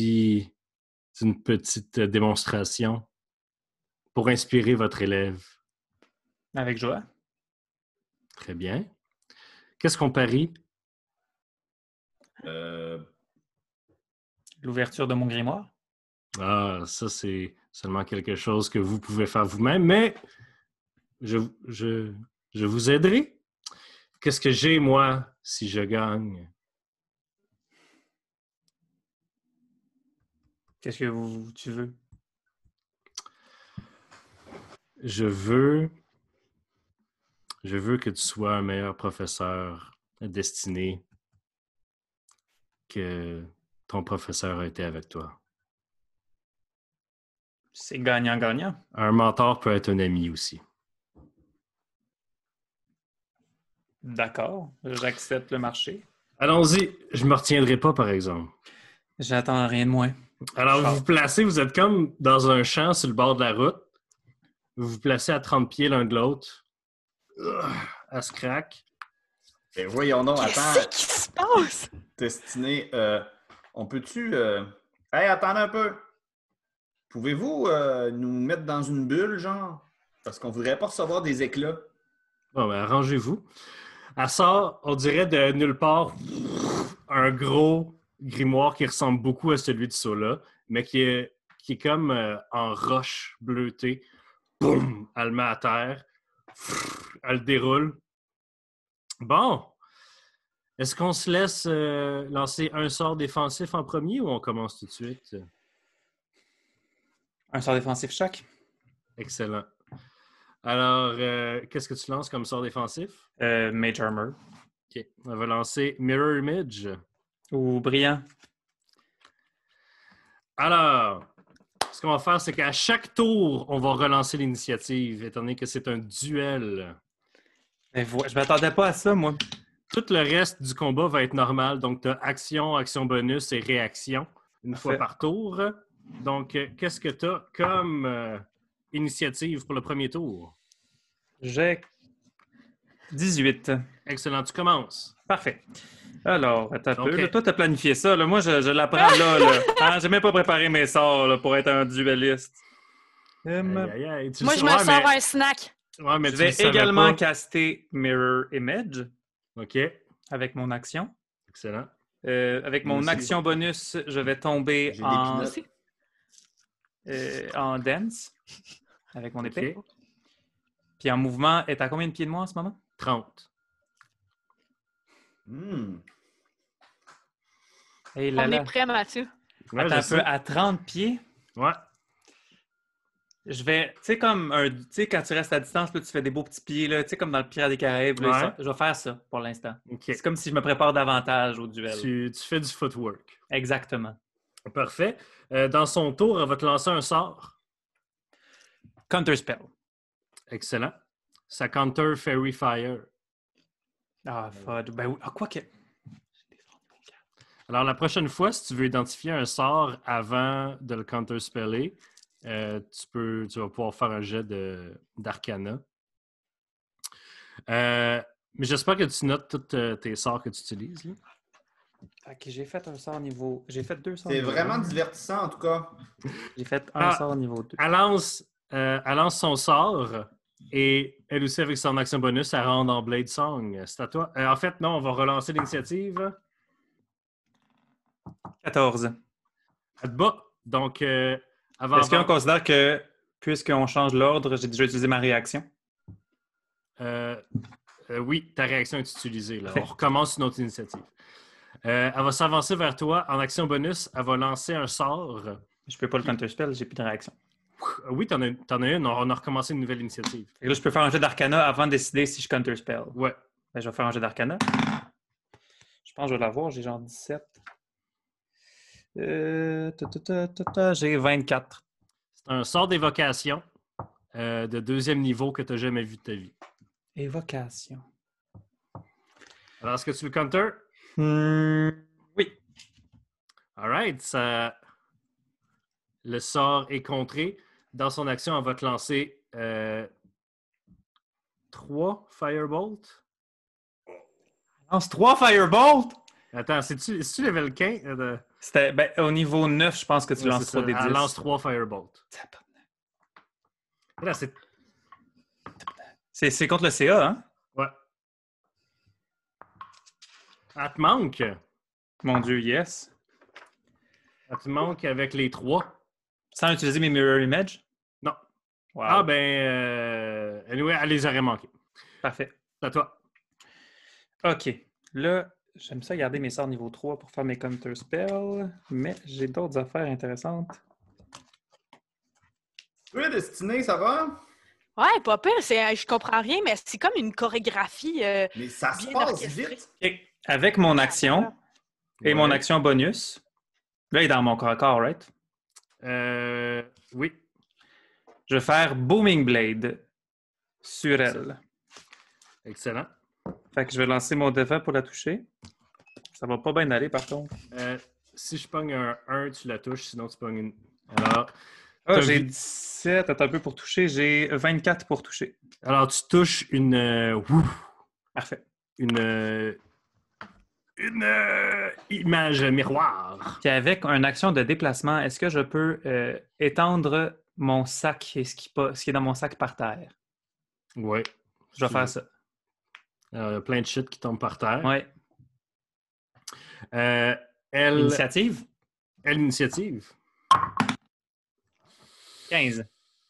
Speaker 1: petite démonstration pour inspirer votre élève?
Speaker 3: Avec joie.
Speaker 1: Très bien. Qu'est-ce qu'on parie?
Speaker 3: L'ouverture de mon grimoire.
Speaker 1: Ah, ça, c'est seulement quelque chose que vous pouvez faire vous-même, mais je vous aiderai. Qu'est-ce que j'ai, moi, si je gagne?
Speaker 3: Qu'est-ce que tu veux?
Speaker 1: Je veux que tu sois un meilleur professeur destiné que ton professeur a été avec toi.
Speaker 3: C'est gagnant-gagnant.
Speaker 1: Un mentor peut être un ami aussi.
Speaker 3: D'accord, j'accepte le marché.
Speaker 1: Allons-y. Je me retiendrai pas, par exemple.
Speaker 3: J'attends rien de moins.
Speaker 1: Alors, vous vous placez, vous êtes comme dans un champ sur le bord de la route. Vous vous placez à 30 pieds l'un de l'autre. Elle se craque.
Speaker 4: Ben voyons donc,
Speaker 2: Qu'est-ce
Speaker 4: attends,
Speaker 2: qui se passe?
Speaker 4: Destiné, on peut-tu... Hey, attendez un peu. Pouvez-vous nous mettre dans une bulle, genre? Parce qu'on voudrait pas recevoir des éclats.
Speaker 1: Bon, ben, arrangez-vous. Elle sort, on dirait de nulle part, un gros grimoire qui ressemble beaucoup à celui de Sola, mais qui est comme en roche bleutée. Boum! Elle le met à terre. Elle le déroule. Bon. Est-ce qu'on se laisse lancer un sort défensif en premier ou on commence tout de suite?
Speaker 3: Un sort défensif chaque?
Speaker 1: Excellent. Alors, qu'est-ce que tu lances comme sort défensif?
Speaker 3: Mage Armor.
Speaker 1: OK. On va lancer Mirror Image.
Speaker 3: Ou brillant.
Speaker 1: Alors, ce qu'on va faire, c'est qu'à chaque tour, on va relancer l'initiative, étant donné que c'est un duel.
Speaker 3: Mais je m'attendais pas à ça, moi.
Speaker 1: Tout le reste du combat va être normal. Donc, tu as action, action bonus et réaction une fois par tour. Donc, qu'est-ce que tu as comme initiative pour le premier tour?
Speaker 3: J'ai 18.
Speaker 1: Excellent, tu commences.
Speaker 3: Parfait. Alors, attends un peu.
Speaker 1: Ok.
Speaker 3: Là, toi, tu as planifié ça. Là. Moi, je l'apprends là. Hein, j'ai même pas préparé mes sorts là, pour être un dueliste.
Speaker 1: Aïe, aïe, aïe. Tu
Speaker 2: Moi,
Speaker 1: le
Speaker 2: je
Speaker 1: sais-
Speaker 2: me
Speaker 1: ouais,
Speaker 2: sors
Speaker 1: mais-
Speaker 2: un snack.
Speaker 1: Ouais, mais
Speaker 3: Je
Speaker 1: tu le
Speaker 3: vais
Speaker 1: savais
Speaker 3: également
Speaker 1: pas.
Speaker 3: caster Mirror Image
Speaker 1: OK,
Speaker 3: avec mon action.
Speaker 1: excellent.
Speaker 3: Avec
Speaker 4: Moi
Speaker 3: mon
Speaker 4: aussi.
Speaker 3: action bonus, je vais tomber
Speaker 4: J'ai des
Speaker 3: en,
Speaker 4: pinottes.
Speaker 3: en dance avec mon épée.
Speaker 1: OK,
Speaker 3: Puis en mouvement, est à combien de pieds de moi en ce moment?
Speaker 1: 30.
Speaker 4: Hmm.
Speaker 3: Et là,
Speaker 2: On
Speaker 3: là.
Speaker 2: est prêt, Mathieu.
Speaker 1: Ouais,
Speaker 3: Attends
Speaker 1: je
Speaker 3: un peu,
Speaker 1: sais.
Speaker 3: à 30 pieds,
Speaker 1: Ouais.
Speaker 3: je vais, tu sais, comme un, tu sais, quand tu restes à distance, là, tu fais des beaux petits pieds, là, tu sais, comme dans le Pirate des Caraïbes, là,
Speaker 1: Ouais.
Speaker 3: ça, je vais faire ça pour l'instant.
Speaker 1: OK.
Speaker 3: C'est comme si je me prépare davantage au duel.
Speaker 1: Tu fais du footwork.
Speaker 3: Exactement.
Speaker 1: Parfait. Dans son tour, elle va te lancer un sort.
Speaker 3: Counter spell.
Speaker 1: Excellent. Ça counter Fairy Fire.
Speaker 3: Ah, fudge. Ben oui, quoi que.
Speaker 1: Alors, la prochaine fois, si tu veux identifier un sort avant de le counter-speller, tu vas pouvoir faire un jet d'arcana. Mais j'espère que tu notes tous tes sorts que tu utilises. Là.
Speaker 3: Ok, j'ai fait un sort niveau. J'ai fait 2 sorts.
Speaker 4: C'est
Speaker 3: niveau
Speaker 4: vraiment
Speaker 3: 1.
Speaker 4: divertissant, en tout cas.
Speaker 3: J'ai fait un
Speaker 1: Ah.
Speaker 3: sort niveau 2.
Speaker 1: Elle lance son sort et elle aussi, avec son action bonus, elle rentre en Blade Song. C'est à toi. En fait, non, on va relancer l'initiative.
Speaker 3: 14.
Speaker 1: Elle te bat. Donc, avant.
Speaker 3: Est-ce qu'on considère que, puisqu'on change l'ordre, j'ai déjà utilisé ma réaction?
Speaker 1: Oui, ta réaction est utilisée. Là.
Speaker 3: Parfait.
Speaker 1: On recommence une autre initiative. Elle va s'avancer vers toi. En action bonus, elle va lancer un sort.
Speaker 3: Je peux pas le counter spell, j'ai plus de réaction.
Speaker 1: Oui, t'en as une. On a recommencé une nouvelle initiative.
Speaker 3: Fait que là, je peux faire un jet d'arcana avant de décider si je counter spell.
Speaker 1: Ouais.
Speaker 3: Ben, je vais faire un jet d'arcana. Je pense que je vais l'avoir, j'ai genre 17. J'ai 24.
Speaker 1: C'est un sort d'évocation de deuxième niveau que tu n'as jamais vu de ta vie.
Speaker 3: Évocation.
Speaker 1: Alors, est-ce que tu le counter?
Speaker 3: Oui.
Speaker 1: All right. Le sort est contré. Dans son action, elle va te lancer 3 Firebolt.
Speaker 3: Lance 3 Firebolt!
Speaker 1: Attends, c'est-tu level 15?
Speaker 3: C'était, ben, au niveau 9, je pense que tu
Speaker 1: Ouais,
Speaker 3: lances
Speaker 1: c'est
Speaker 3: 3
Speaker 1: ça.
Speaker 3: des 10.
Speaker 1: Elle lance 3 Firebolt. Là,
Speaker 3: C'est contre le CA, hein?
Speaker 1: Ouais. Elle te manque.
Speaker 3: Mon Dieu, yes.
Speaker 1: Elle te manque avec les 3.
Speaker 3: Sans utiliser mes Mirror Image?
Speaker 1: Non.
Speaker 3: Wow.
Speaker 1: Ah, ben, anyway, elle les aurait manquées.
Speaker 3: Parfait.
Speaker 1: C'est à toi.
Speaker 3: OK. Là, j'aime ça garder mes sorts niveau 3 pour faire mes counter spells, mais j'ai d'autres affaires intéressantes.
Speaker 4: Oui, Destiné, ça va?
Speaker 2: Ouais, pas pire. Je comprends rien, mais c'est comme une chorégraphie
Speaker 4: Mais ça se
Speaker 2: bien
Speaker 4: passe
Speaker 2: orchestrée.
Speaker 4: vite.
Speaker 3: Et avec mon action et mon action bonus, là, il est dans mon corps à corps, right?
Speaker 1: Oui.
Speaker 3: Je vais faire Booming Blade sur elle.
Speaker 1: Excellent.
Speaker 3: Fait que je vais lancer mon défait pour la toucher. Ça va pas bien aller, par contre.
Speaker 1: Si je pogne un 1, tu la touches, sinon tu pognes une. Alors,
Speaker 3: J'ai 17. Attends un peu pour toucher. J'ai 24 pour toucher.
Speaker 1: alors tu touches une.
Speaker 3: Parfait.
Speaker 1: Une image miroir.
Speaker 3: Puis avec une action de déplacement, est-ce que je peux étendre mon sac et ce qui est dans mon sac par terre?
Speaker 1: Oui.
Speaker 3: Je vais faire ça.
Speaker 1: Plein de shit qui tombe par terre.
Speaker 3: Ouais.
Speaker 1: Initiative.
Speaker 3: Initiative. 15.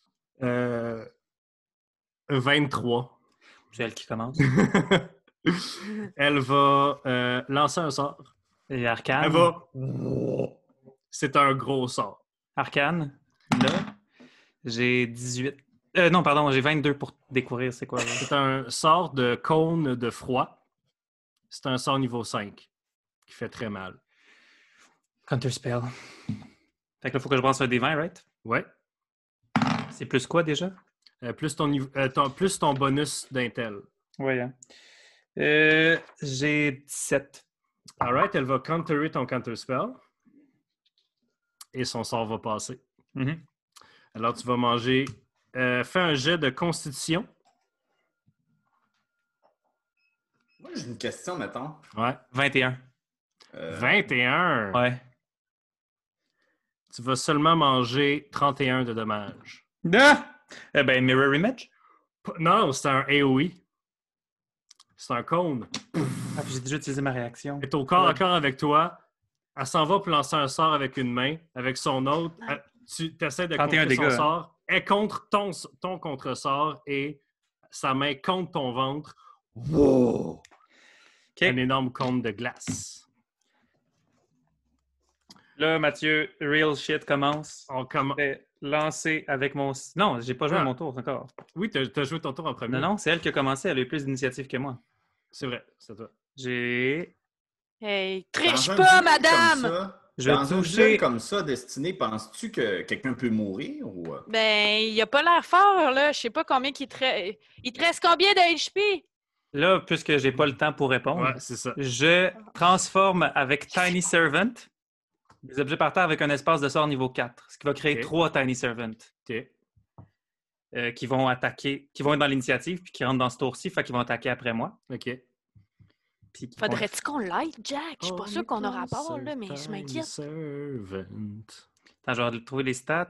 Speaker 1: 23.
Speaker 3: C'est elle qui commence.
Speaker 1: Elle va lancer un sort.
Speaker 3: Et Arcane.
Speaker 1: Elle va. C'est un gros sort.
Speaker 3: Arcane. Là, j'ai 18. Non, pardon, j'ai 22 pour découvrir c'est quoi. Là.
Speaker 1: C'est un sort de cône de froid. C'est un sort niveau 5 qui fait très mal.
Speaker 3: Counter spell. Fait que là, il faut que je brasse un des 20, right?
Speaker 1: Ouais.
Speaker 3: C'est plus quoi déjà?
Speaker 1: Plus ton bonus d'intel.
Speaker 3: Oui. Hein. J'ai 17.
Speaker 1: Alright, elle va counterer ton counter spell. Et son sort va passer.
Speaker 3: Mm-hmm.
Speaker 1: Alors, tu vas manger. Fais un jet de constitution.
Speaker 4: Moi, j'ai une question, mettons.
Speaker 1: Ouais.
Speaker 3: 21.
Speaker 1: 21.
Speaker 3: Ouais.
Speaker 1: Tu vas seulement manger 31 de dommages.
Speaker 3: Ah! Eh ben, Mirror Image?
Speaker 1: Non, c'est un AOE. C'est un cône.
Speaker 3: Ah, puis j'ai déjà utilisé ma réaction.
Speaker 1: Elle est au corps à corps avec toi. Elle s'en va pour lancer un sort avec une main. Avec son autre, tu essaies de
Speaker 3: 31
Speaker 1: contrer son
Speaker 3: dégâts,
Speaker 1: sort. Elle contre ton contre-sort et sa main contre ton ventre.
Speaker 4: Wow!
Speaker 3: Okay.
Speaker 1: Un énorme cône de glace.
Speaker 3: Là, Mathieu, real shit commence.
Speaker 1: On commence.
Speaker 3: Je vais lancer avec mon... Non, j'ai pas joué à mon tour encore.
Speaker 1: Oui, t'as joué ton tour en premier.
Speaker 3: Non, c'est elle qui a commencé. Elle a eu plus d'initiative que moi.
Speaker 1: C'est vrai, c'est toi.
Speaker 3: J'ai...
Speaker 2: Hey, triche
Speaker 4: Dans un
Speaker 2: pas,
Speaker 4: duel
Speaker 2: madame!
Speaker 4: comme ça,
Speaker 3: Je vais
Speaker 4: dans un
Speaker 3: toucher...
Speaker 4: duel comme ça, Destiné, penses-tu que quelqu'un peut mourir ou...
Speaker 2: Ben, il a pas l'air fort, là. Je sais pas combien qu'il te reste. Il te reste combien de HP?
Speaker 3: Là, puisque j'ai pas le temps pour répondre,
Speaker 1: Ouais, c'est ça.
Speaker 3: je transforme avec Tiny Servant des objets par terre avec un espace de sort niveau 4, ce qui va créer 3 Tiny Servants
Speaker 1: OK.
Speaker 3: qui vont attaquer, qui vont être dans l'initiative puis qui rentrent dans ce tour-ci, fait qu'ils vont attaquer après moi.
Speaker 1: OK.
Speaker 3: Puis qui
Speaker 2: Faudrait-tu qu'on l'aide, Jack? Je suis pas
Speaker 1: Oh,
Speaker 2: sûre qu'on a
Speaker 1: Nicolas,
Speaker 2: rapport, là, mais je m'inquiète.
Speaker 1: Servant.
Speaker 3: Attends, je vais trouver les stats.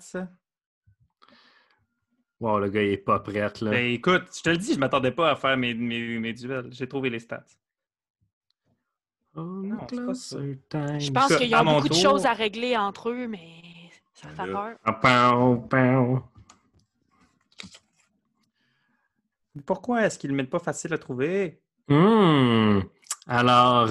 Speaker 1: Wow, le gars, il est pas prêt, là.
Speaker 3: Ben écoute, je te le dis, je m'attendais pas à faire mes duels. J'ai trouvé les stats.
Speaker 1: Oh,
Speaker 3: Non, c'est pas ça.
Speaker 2: Je pense qu'ils
Speaker 3: à
Speaker 2: ont
Speaker 3: mon
Speaker 2: beaucoup de
Speaker 3: tour-
Speaker 2: choses à régler entre eux, mais ça fait peur.
Speaker 3: Pourquoi est-ce qu'ils ne le mettent pas facile à trouver?
Speaker 1: Alors,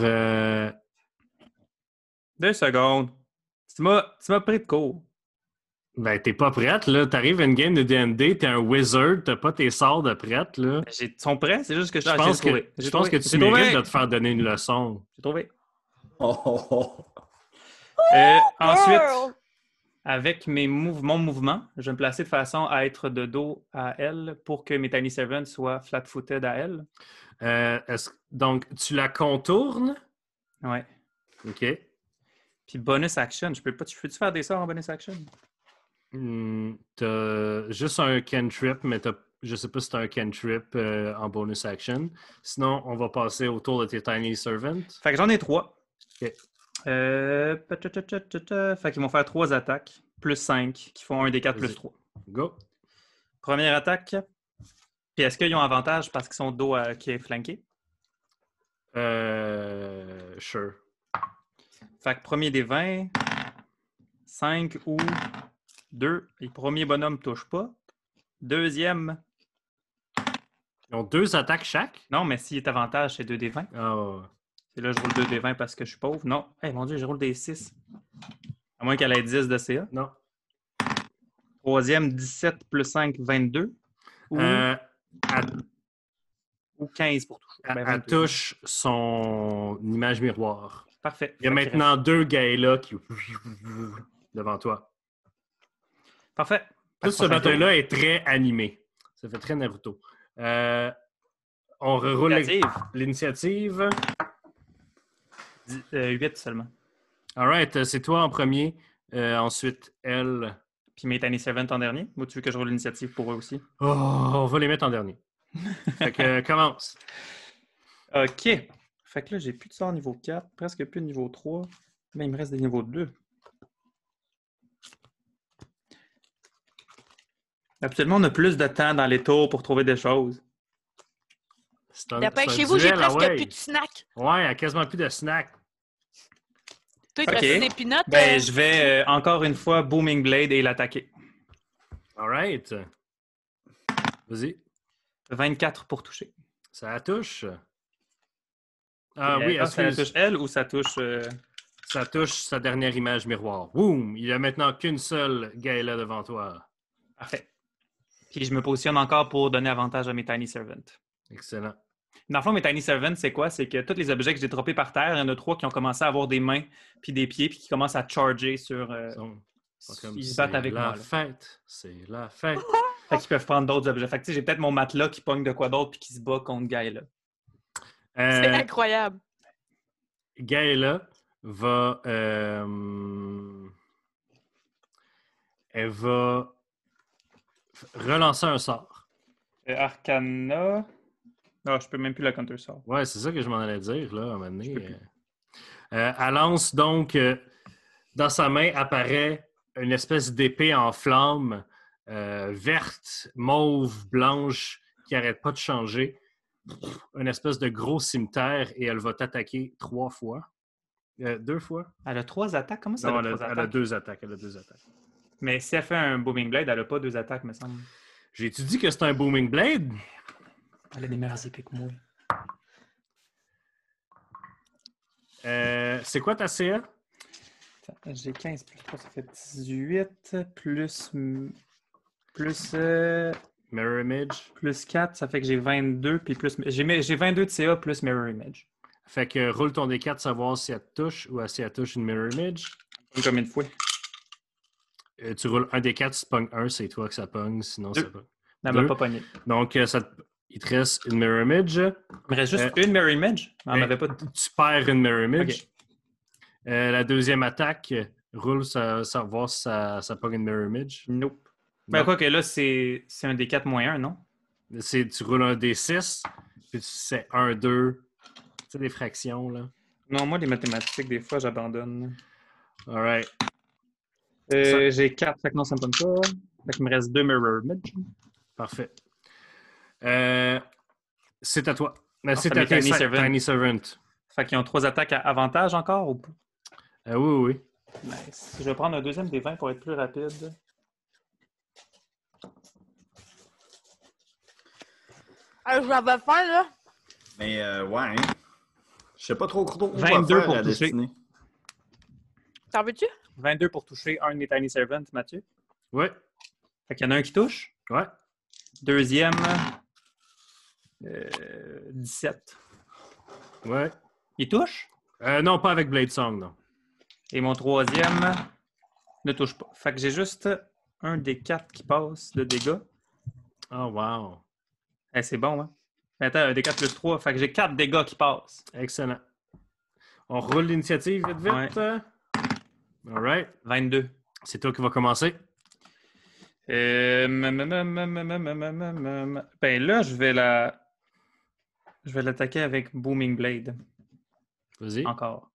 Speaker 3: 2 secondes. Tu m'as pris de court.
Speaker 1: ben, t'es pas prête, là. T'arrives à une game de D&D, t'es un wizard, t'as pas tes sorts de prête, là.
Speaker 3: Ils sont prêts, c'est juste que
Speaker 1: Je pense que tu mérites de te faire donner une leçon.
Speaker 3: J'ai trouvé.
Speaker 4: Oh.
Speaker 3: Ensuite, avec mon mouvement, je vais me placer de façon à être de dos à elle pour que mes Tiny Servants soient flat-footed à elle.
Speaker 1: Donc, tu la contournes?
Speaker 3: Ouais.
Speaker 1: OK.
Speaker 3: Puis bonus action, je peux-tu faire des sorts en bonus action?
Speaker 1: T'as juste un cantrip, mais je sais pas si t'as un cantrip en bonus action. Sinon, on va passer au tour de tes Tiny Servants.
Speaker 3: Fait que j'en ai 3.
Speaker 1: OK.
Speaker 3: Fait qu'ils vont faire 3 attaques, plus 5, qui font 1 des 4 plus 3.
Speaker 1: Go.
Speaker 3: Première attaque. Puis est-ce qu'ils ont avantage parce qu'ils sont dos qui est flanqué?
Speaker 1: Sure.
Speaker 3: Fait que premier des 20, 5 ou 2. Et le premier bonhomme ne touche pas. Deuxième,
Speaker 1: Ils ont 2 attaques chaque?
Speaker 3: non, mais s'il est avantage, c'est 2 des 20.
Speaker 1: Oh.
Speaker 3: Et là, je roule 2 des 20 parce que je suis pauvre. Non. Hey, mon Dieu, je roule des 6. À moins qu'elle ait 10 de CA.
Speaker 1: Non.
Speaker 3: Troisième, 17 plus 5, 22.
Speaker 1: Elle,
Speaker 3: Ou 15 pour toucher. Ben,
Speaker 1: elle
Speaker 3: 22.
Speaker 1: touche son image miroir.
Speaker 3: Parfait.
Speaker 1: Il y a maintenant 2 Gaëla qui devant toi.
Speaker 3: Parfait.
Speaker 1: Tout ce bateau-là est très animé. Ça fait très Naruto. On reroule l'initiative.
Speaker 3: 8 seulement.
Speaker 1: All right, c'est toi en premier. Ensuite, elle.
Speaker 3: Puis mes Tiny Servant en dernier. Ou tu veux que je roule l'initiative pour eux aussi?
Speaker 1: Oh, on va les mettre en dernier. Fait que commence.
Speaker 3: OK. Fait que là, j'ai plus de sort niveau 4, presque plus de niveau 3. Mais il me reste des niveaux 2. Absolument, on a plus de temps dans les tours pour trouver des choses.
Speaker 2: Dépêchez-vous, j'ai presque plus de snacks.
Speaker 1: Ouais, il n'y a quasiment plus de snacks.
Speaker 2: Toi, il te reste des pinottes.
Speaker 3: Ben, je vais encore une fois Booming Blade et l'attaquer.
Speaker 1: All right. Vas-y.
Speaker 3: 24 pour toucher.
Speaker 1: Ça la touche. Ah oui,
Speaker 3: ça la touche elle ou ça touche...
Speaker 1: Ça touche sa dernière image miroir. Boum! Il n'y a maintenant qu'une seule Gaëla devant toi.
Speaker 3: Parfait. Puis je me positionne encore pour donner avantage à mes Tiny Servants.
Speaker 1: Excellent.
Speaker 3: Dans le fond, mes Tiny Servants, c'est quoi? C'est que tous les objets que j'ai droppés par terre, il y en a 3 qui ont commencé à avoir des mains puis des pieds puis qui commencent à charger sur... ils se battent avec moi.
Speaker 1: C'est la fête.
Speaker 3: Fait qu'ils peuvent prendre d'autres objets. Fait que j'ai peut-être mon matelas qui pogne de quoi d'autre puis qui se bat contre Gaëla.
Speaker 2: C'est incroyable.
Speaker 1: Gaëla va... elle va relancer un sort.
Speaker 3: Arcana... Non, je peux même plus la counter sort.
Speaker 1: Ouais, c'est ça que je m'en allais dire, là, à un moment donné. Elle lance donc... dans sa main apparaît une espèce d'épée en flammes verte, mauve, blanche, qui n'arrête pas de changer. Une espèce de gros cimetière et elle va t'attaquer 3 fois. 2 fois.
Speaker 3: Elle a 3 attaques? Comment ça?
Speaker 1: Non, elle a 2 attaques. Elle a 2 attaques.
Speaker 3: Mais si elle fait un Booming Blade, elle n'a pas 2 attaques, me semble.
Speaker 1: J'ai-tu dit que c'est un Booming Blade?
Speaker 3: Elle a des meilleures épées que moi.
Speaker 1: C'est quoi ta CA?
Speaker 3: J'ai 15 plus 3, ça fait 18, plus
Speaker 1: Mirror Image.
Speaker 3: Plus 4, ça fait que j'ai 22, puis plus... J'ai 22 de CA plus Mirror Image.
Speaker 1: Fait que roule ton D4 savoir si elle te touche ou si elle touche une Mirror Image.
Speaker 3: Combien de fois?
Speaker 1: Tu roules un D4, si tu pognes un, c'est toi que ça pogne, sinon ça pogne.
Speaker 3: Elle m'a pas pogné.
Speaker 1: Donc, il te reste une Mirror Image.
Speaker 3: Il me reste juste une Mirror Image? Elle m'avait pas...
Speaker 1: Tu perds une Mirror Image.
Speaker 3: Okay.
Speaker 1: La deuxième attaque, roule savoir si ça pogne une Mirror Image.
Speaker 3: Nope. Ben, quoi que là, c'est un D4 moins 1, non?
Speaker 1: Tu roules un D6, puis c'est 1, 2. Tu sais, des fractions, là.
Speaker 3: Non, moi, les mathématiques, des fois, j'abandonne.
Speaker 1: All right.
Speaker 3: J'ai 4, fait que non, ça me donne pas. Fait qu'il me reste 2 Mirror Image.
Speaker 1: Parfait. C'est à toi. C'est
Speaker 3: à
Speaker 1: à Tiny Servant.
Speaker 3: Fait qu'ils ont 3 attaques à avantage encore ou pas?
Speaker 1: Oui.
Speaker 3: Nice. Je vais prendre un deuxième des 20 pour être plus rapide.
Speaker 2: Je l'avais fait, là.
Speaker 4: Mais ouais, hein. Je sais pas trop
Speaker 3: 22 pour toucher.
Speaker 2: T'en veux-tu?
Speaker 3: 22 pour toucher un de mes Tiny Servants, Mathieu.
Speaker 1: Ouais.
Speaker 3: Fait qu'il y en a un qui touche.
Speaker 1: Ouais.
Speaker 3: Deuxième, 17.
Speaker 1: Ouais.
Speaker 3: Il touche?
Speaker 1: Non, pas avec Blade Song, non.
Speaker 3: Et mon troisième ne touche pas. Fait que j'ai juste un des 4 qui passe de dégâts.
Speaker 1: Oh, wow.
Speaker 3: C'est bon, hein? Attends, un des 4 plus 3. Fait que j'ai 4 dégâts qui passent.
Speaker 1: Excellent. On roule l'initiative vite.
Speaker 3: Ouais.
Speaker 1: All right.
Speaker 3: 22.
Speaker 1: C'est toi qui vas commencer.
Speaker 3: Ben là, je vais l'attaquer avec Booming Blade.
Speaker 1: Vas-y.
Speaker 3: Encore.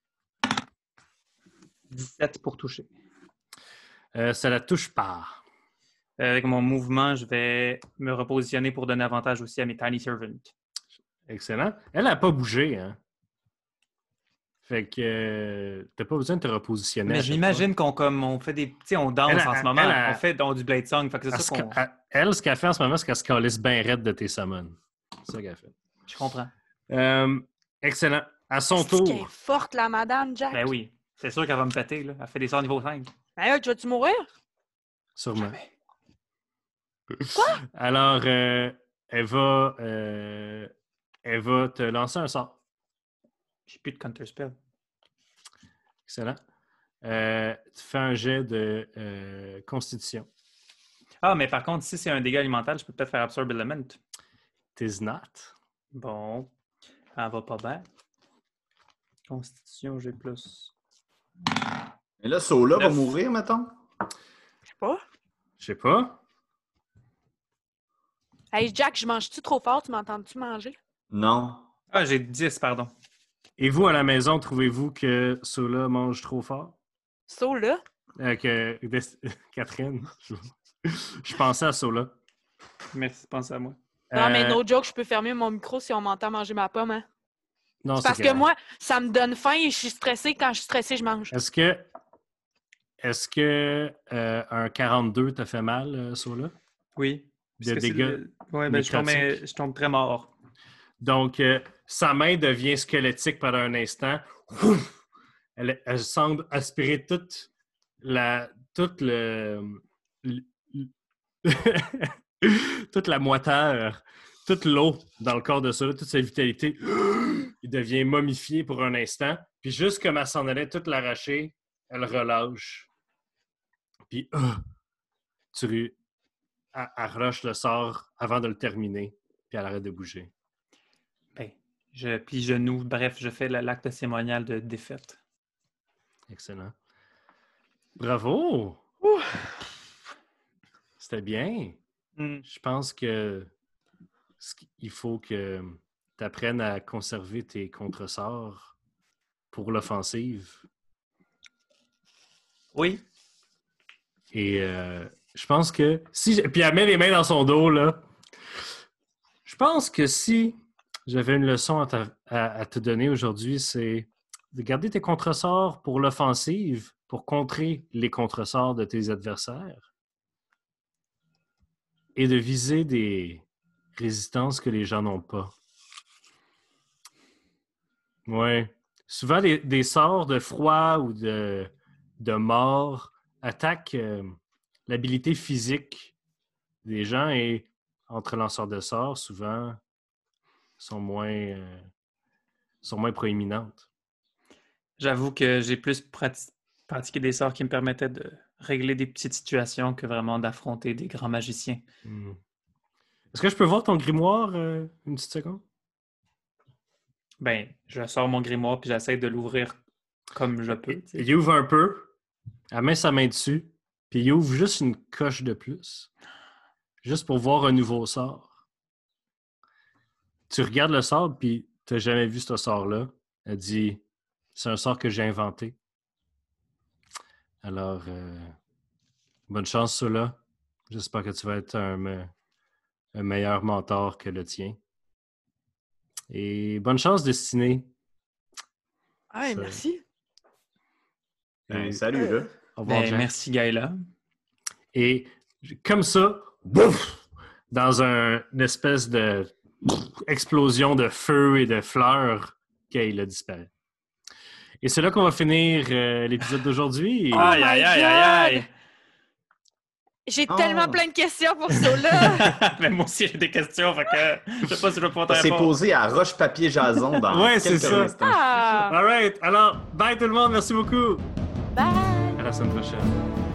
Speaker 3: 17 pour toucher.
Speaker 1: Ça la touche pas.
Speaker 3: Avec mon mouvement, je vais me repositionner pour donner avantage aussi à mes Tiny Servants.
Speaker 1: Excellent. Elle n'a pas bougé, hein? Fait que t'as pas besoin de te repositionner.
Speaker 3: Mais j'imagine qu'on fait des... Tu sais, on danse en ce moment. On fait du Blade Song. Fait que c'est ça qu'on...
Speaker 1: Elle, ce qu'elle fait en ce moment, c'est qu'elle se calisse bien raide de tes summons. C'est ça qu'elle fait.
Speaker 3: Je comprends.
Speaker 1: Excellent. À son
Speaker 2: C'est qu'elle est
Speaker 1: tour.
Speaker 2: forte, la madame, Jack.
Speaker 3: Ben oui, c'est sûr qu'elle va me péter, là. Elle fait des sorts niveau 5.
Speaker 2: Ben, tu vas-tu mourir?
Speaker 1: Sûrement.
Speaker 3: Jamais.
Speaker 1: Alors, elle va te lancer un sort.
Speaker 3: J'ai plus de counter spell.
Speaker 1: Excellent. Tu fais un jet de constitution.
Speaker 3: Ah, mais par contre, si c'est un dégât alimentaire, je peux peut-être faire Absorb Element.
Speaker 1: Tis not.
Speaker 3: Bon. Elle va pas bien. Constitution, j'ai plus.
Speaker 4: Et là, Sola va
Speaker 3: 9.
Speaker 4: mourir, mettons?
Speaker 2: Je sais pas.
Speaker 1: Je sais pas.
Speaker 2: Hey, Jack, je mange-tu trop fort? Tu m'entends-tu manger?
Speaker 4: Non.
Speaker 3: Ah, j'ai 10, pardon.
Speaker 1: Et vous, à la maison, trouvez-vous que Sola mange trop fort?
Speaker 2: Là?
Speaker 1: Catherine, je pensais à Sola.
Speaker 3: Merci, pense à moi.
Speaker 2: Non, mais
Speaker 1: Euh,
Speaker 2: no joke, je peux fermer mon micro si on m'entend manger ma pomme, hein?
Speaker 1: non,
Speaker 2: C'est parce que
Speaker 1: correct.
Speaker 2: moi, ça me donne faim et je suis stressée. Quand je suis stressée, je mange.
Speaker 1: Est-ce que un 42 t'a fait mal, Sola?
Speaker 3: Oui.
Speaker 1: De
Speaker 3: Puisque c'est
Speaker 1: dégâts
Speaker 3: Ouais, ben, je tombe très mort.
Speaker 1: Donc, sa main devient squelettique pendant un instant. Ouf! Elle semble aspirer toute la moiteur, toute l'eau dans le corps de Sola, toute sa vitalité. Il devient momifié pour un instant. Puis juste comme elle s'en allait toute l'arracher, elle relâche. Puis elle arrache le sort avant de le terminer. Puis elle arrête de bouger.
Speaker 3: Ben, je plie genou. Bref, je fais l'acte cérémonial de défaite.
Speaker 1: Excellent. Bravo!
Speaker 2: Ouh.
Speaker 1: C'était bien. Je pense que il faut que tu apprennes à conserver tes contresorts pour l'offensive.
Speaker 3: Oui.
Speaker 1: Et je pense que si... Puis elle met les mains dans son dos, là. Je pense que si j'avais une leçon à te donner aujourd'hui, c'est de garder tes contresorts pour l'offensive, pour contrer les contresorts de tes adversaires et de viser des résistances que les gens n'ont pas. Ouais. Souvent, des sorts de froid ou de mort attaquent l'habilité physique des gens et entre lanceurs de sorts, souvent, sont moins proéminentes.
Speaker 3: J'avoue que j'ai plus pratiqué des sorts qui me permettaient de régler des petites situations que vraiment d'affronter des grands magiciens.
Speaker 1: Est-ce que je peux voir ton grimoire une petite seconde?
Speaker 3: Ben, je sors mon grimoire puis j'essaie de l'ouvrir comme je peux. t'sais.
Speaker 1: Il ouvre un peu, elle met sa main dessus, puis il ouvre juste une coche de plus, juste pour voir un nouveau sort. Tu regardes le sort, puis tu n'as jamais vu ce sort-là. Elle dit, c'est un sort que j'ai inventé. Alors, bonne chance, Sola. J'espère que tu vas être un meilleur mentor que le tien. Et bonne chance, Destinée.
Speaker 2: Ah, merci.
Speaker 4: Ben, salut, là.
Speaker 1: Au revoir,
Speaker 3: Ben,
Speaker 1: Jack.
Speaker 3: merci, Gaëla.
Speaker 1: Et comme ça, bouf, dans une espèce de explosion de feu et de fleurs, Kayla disparaît. Et c'est là qu'on va finir l'épisode d'aujourd'hui.
Speaker 2: Oh
Speaker 3: Aïe,
Speaker 2: my
Speaker 3: aïe, aïe,
Speaker 2: God!
Speaker 3: aïe, aïe!
Speaker 2: J'ai
Speaker 4: Oh.
Speaker 2: tellement plein de questions pour ça.
Speaker 3: Mais moi aussi, j'ai des questions, fait que je sais pas si je vais pouvoir te
Speaker 4: C'est
Speaker 3: répondre.
Speaker 4: posé à Roche-Papier-Jason dans
Speaker 1: Ouais, c'est
Speaker 4: quelques
Speaker 1: ça.
Speaker 4: instants.
Speaker 2: Ah!
Speaker 1: All right. Alors, bye tout le monde. Merci beaucoup.
Speaker 2: Bye!
Speaker 1: À la semaine prochaine.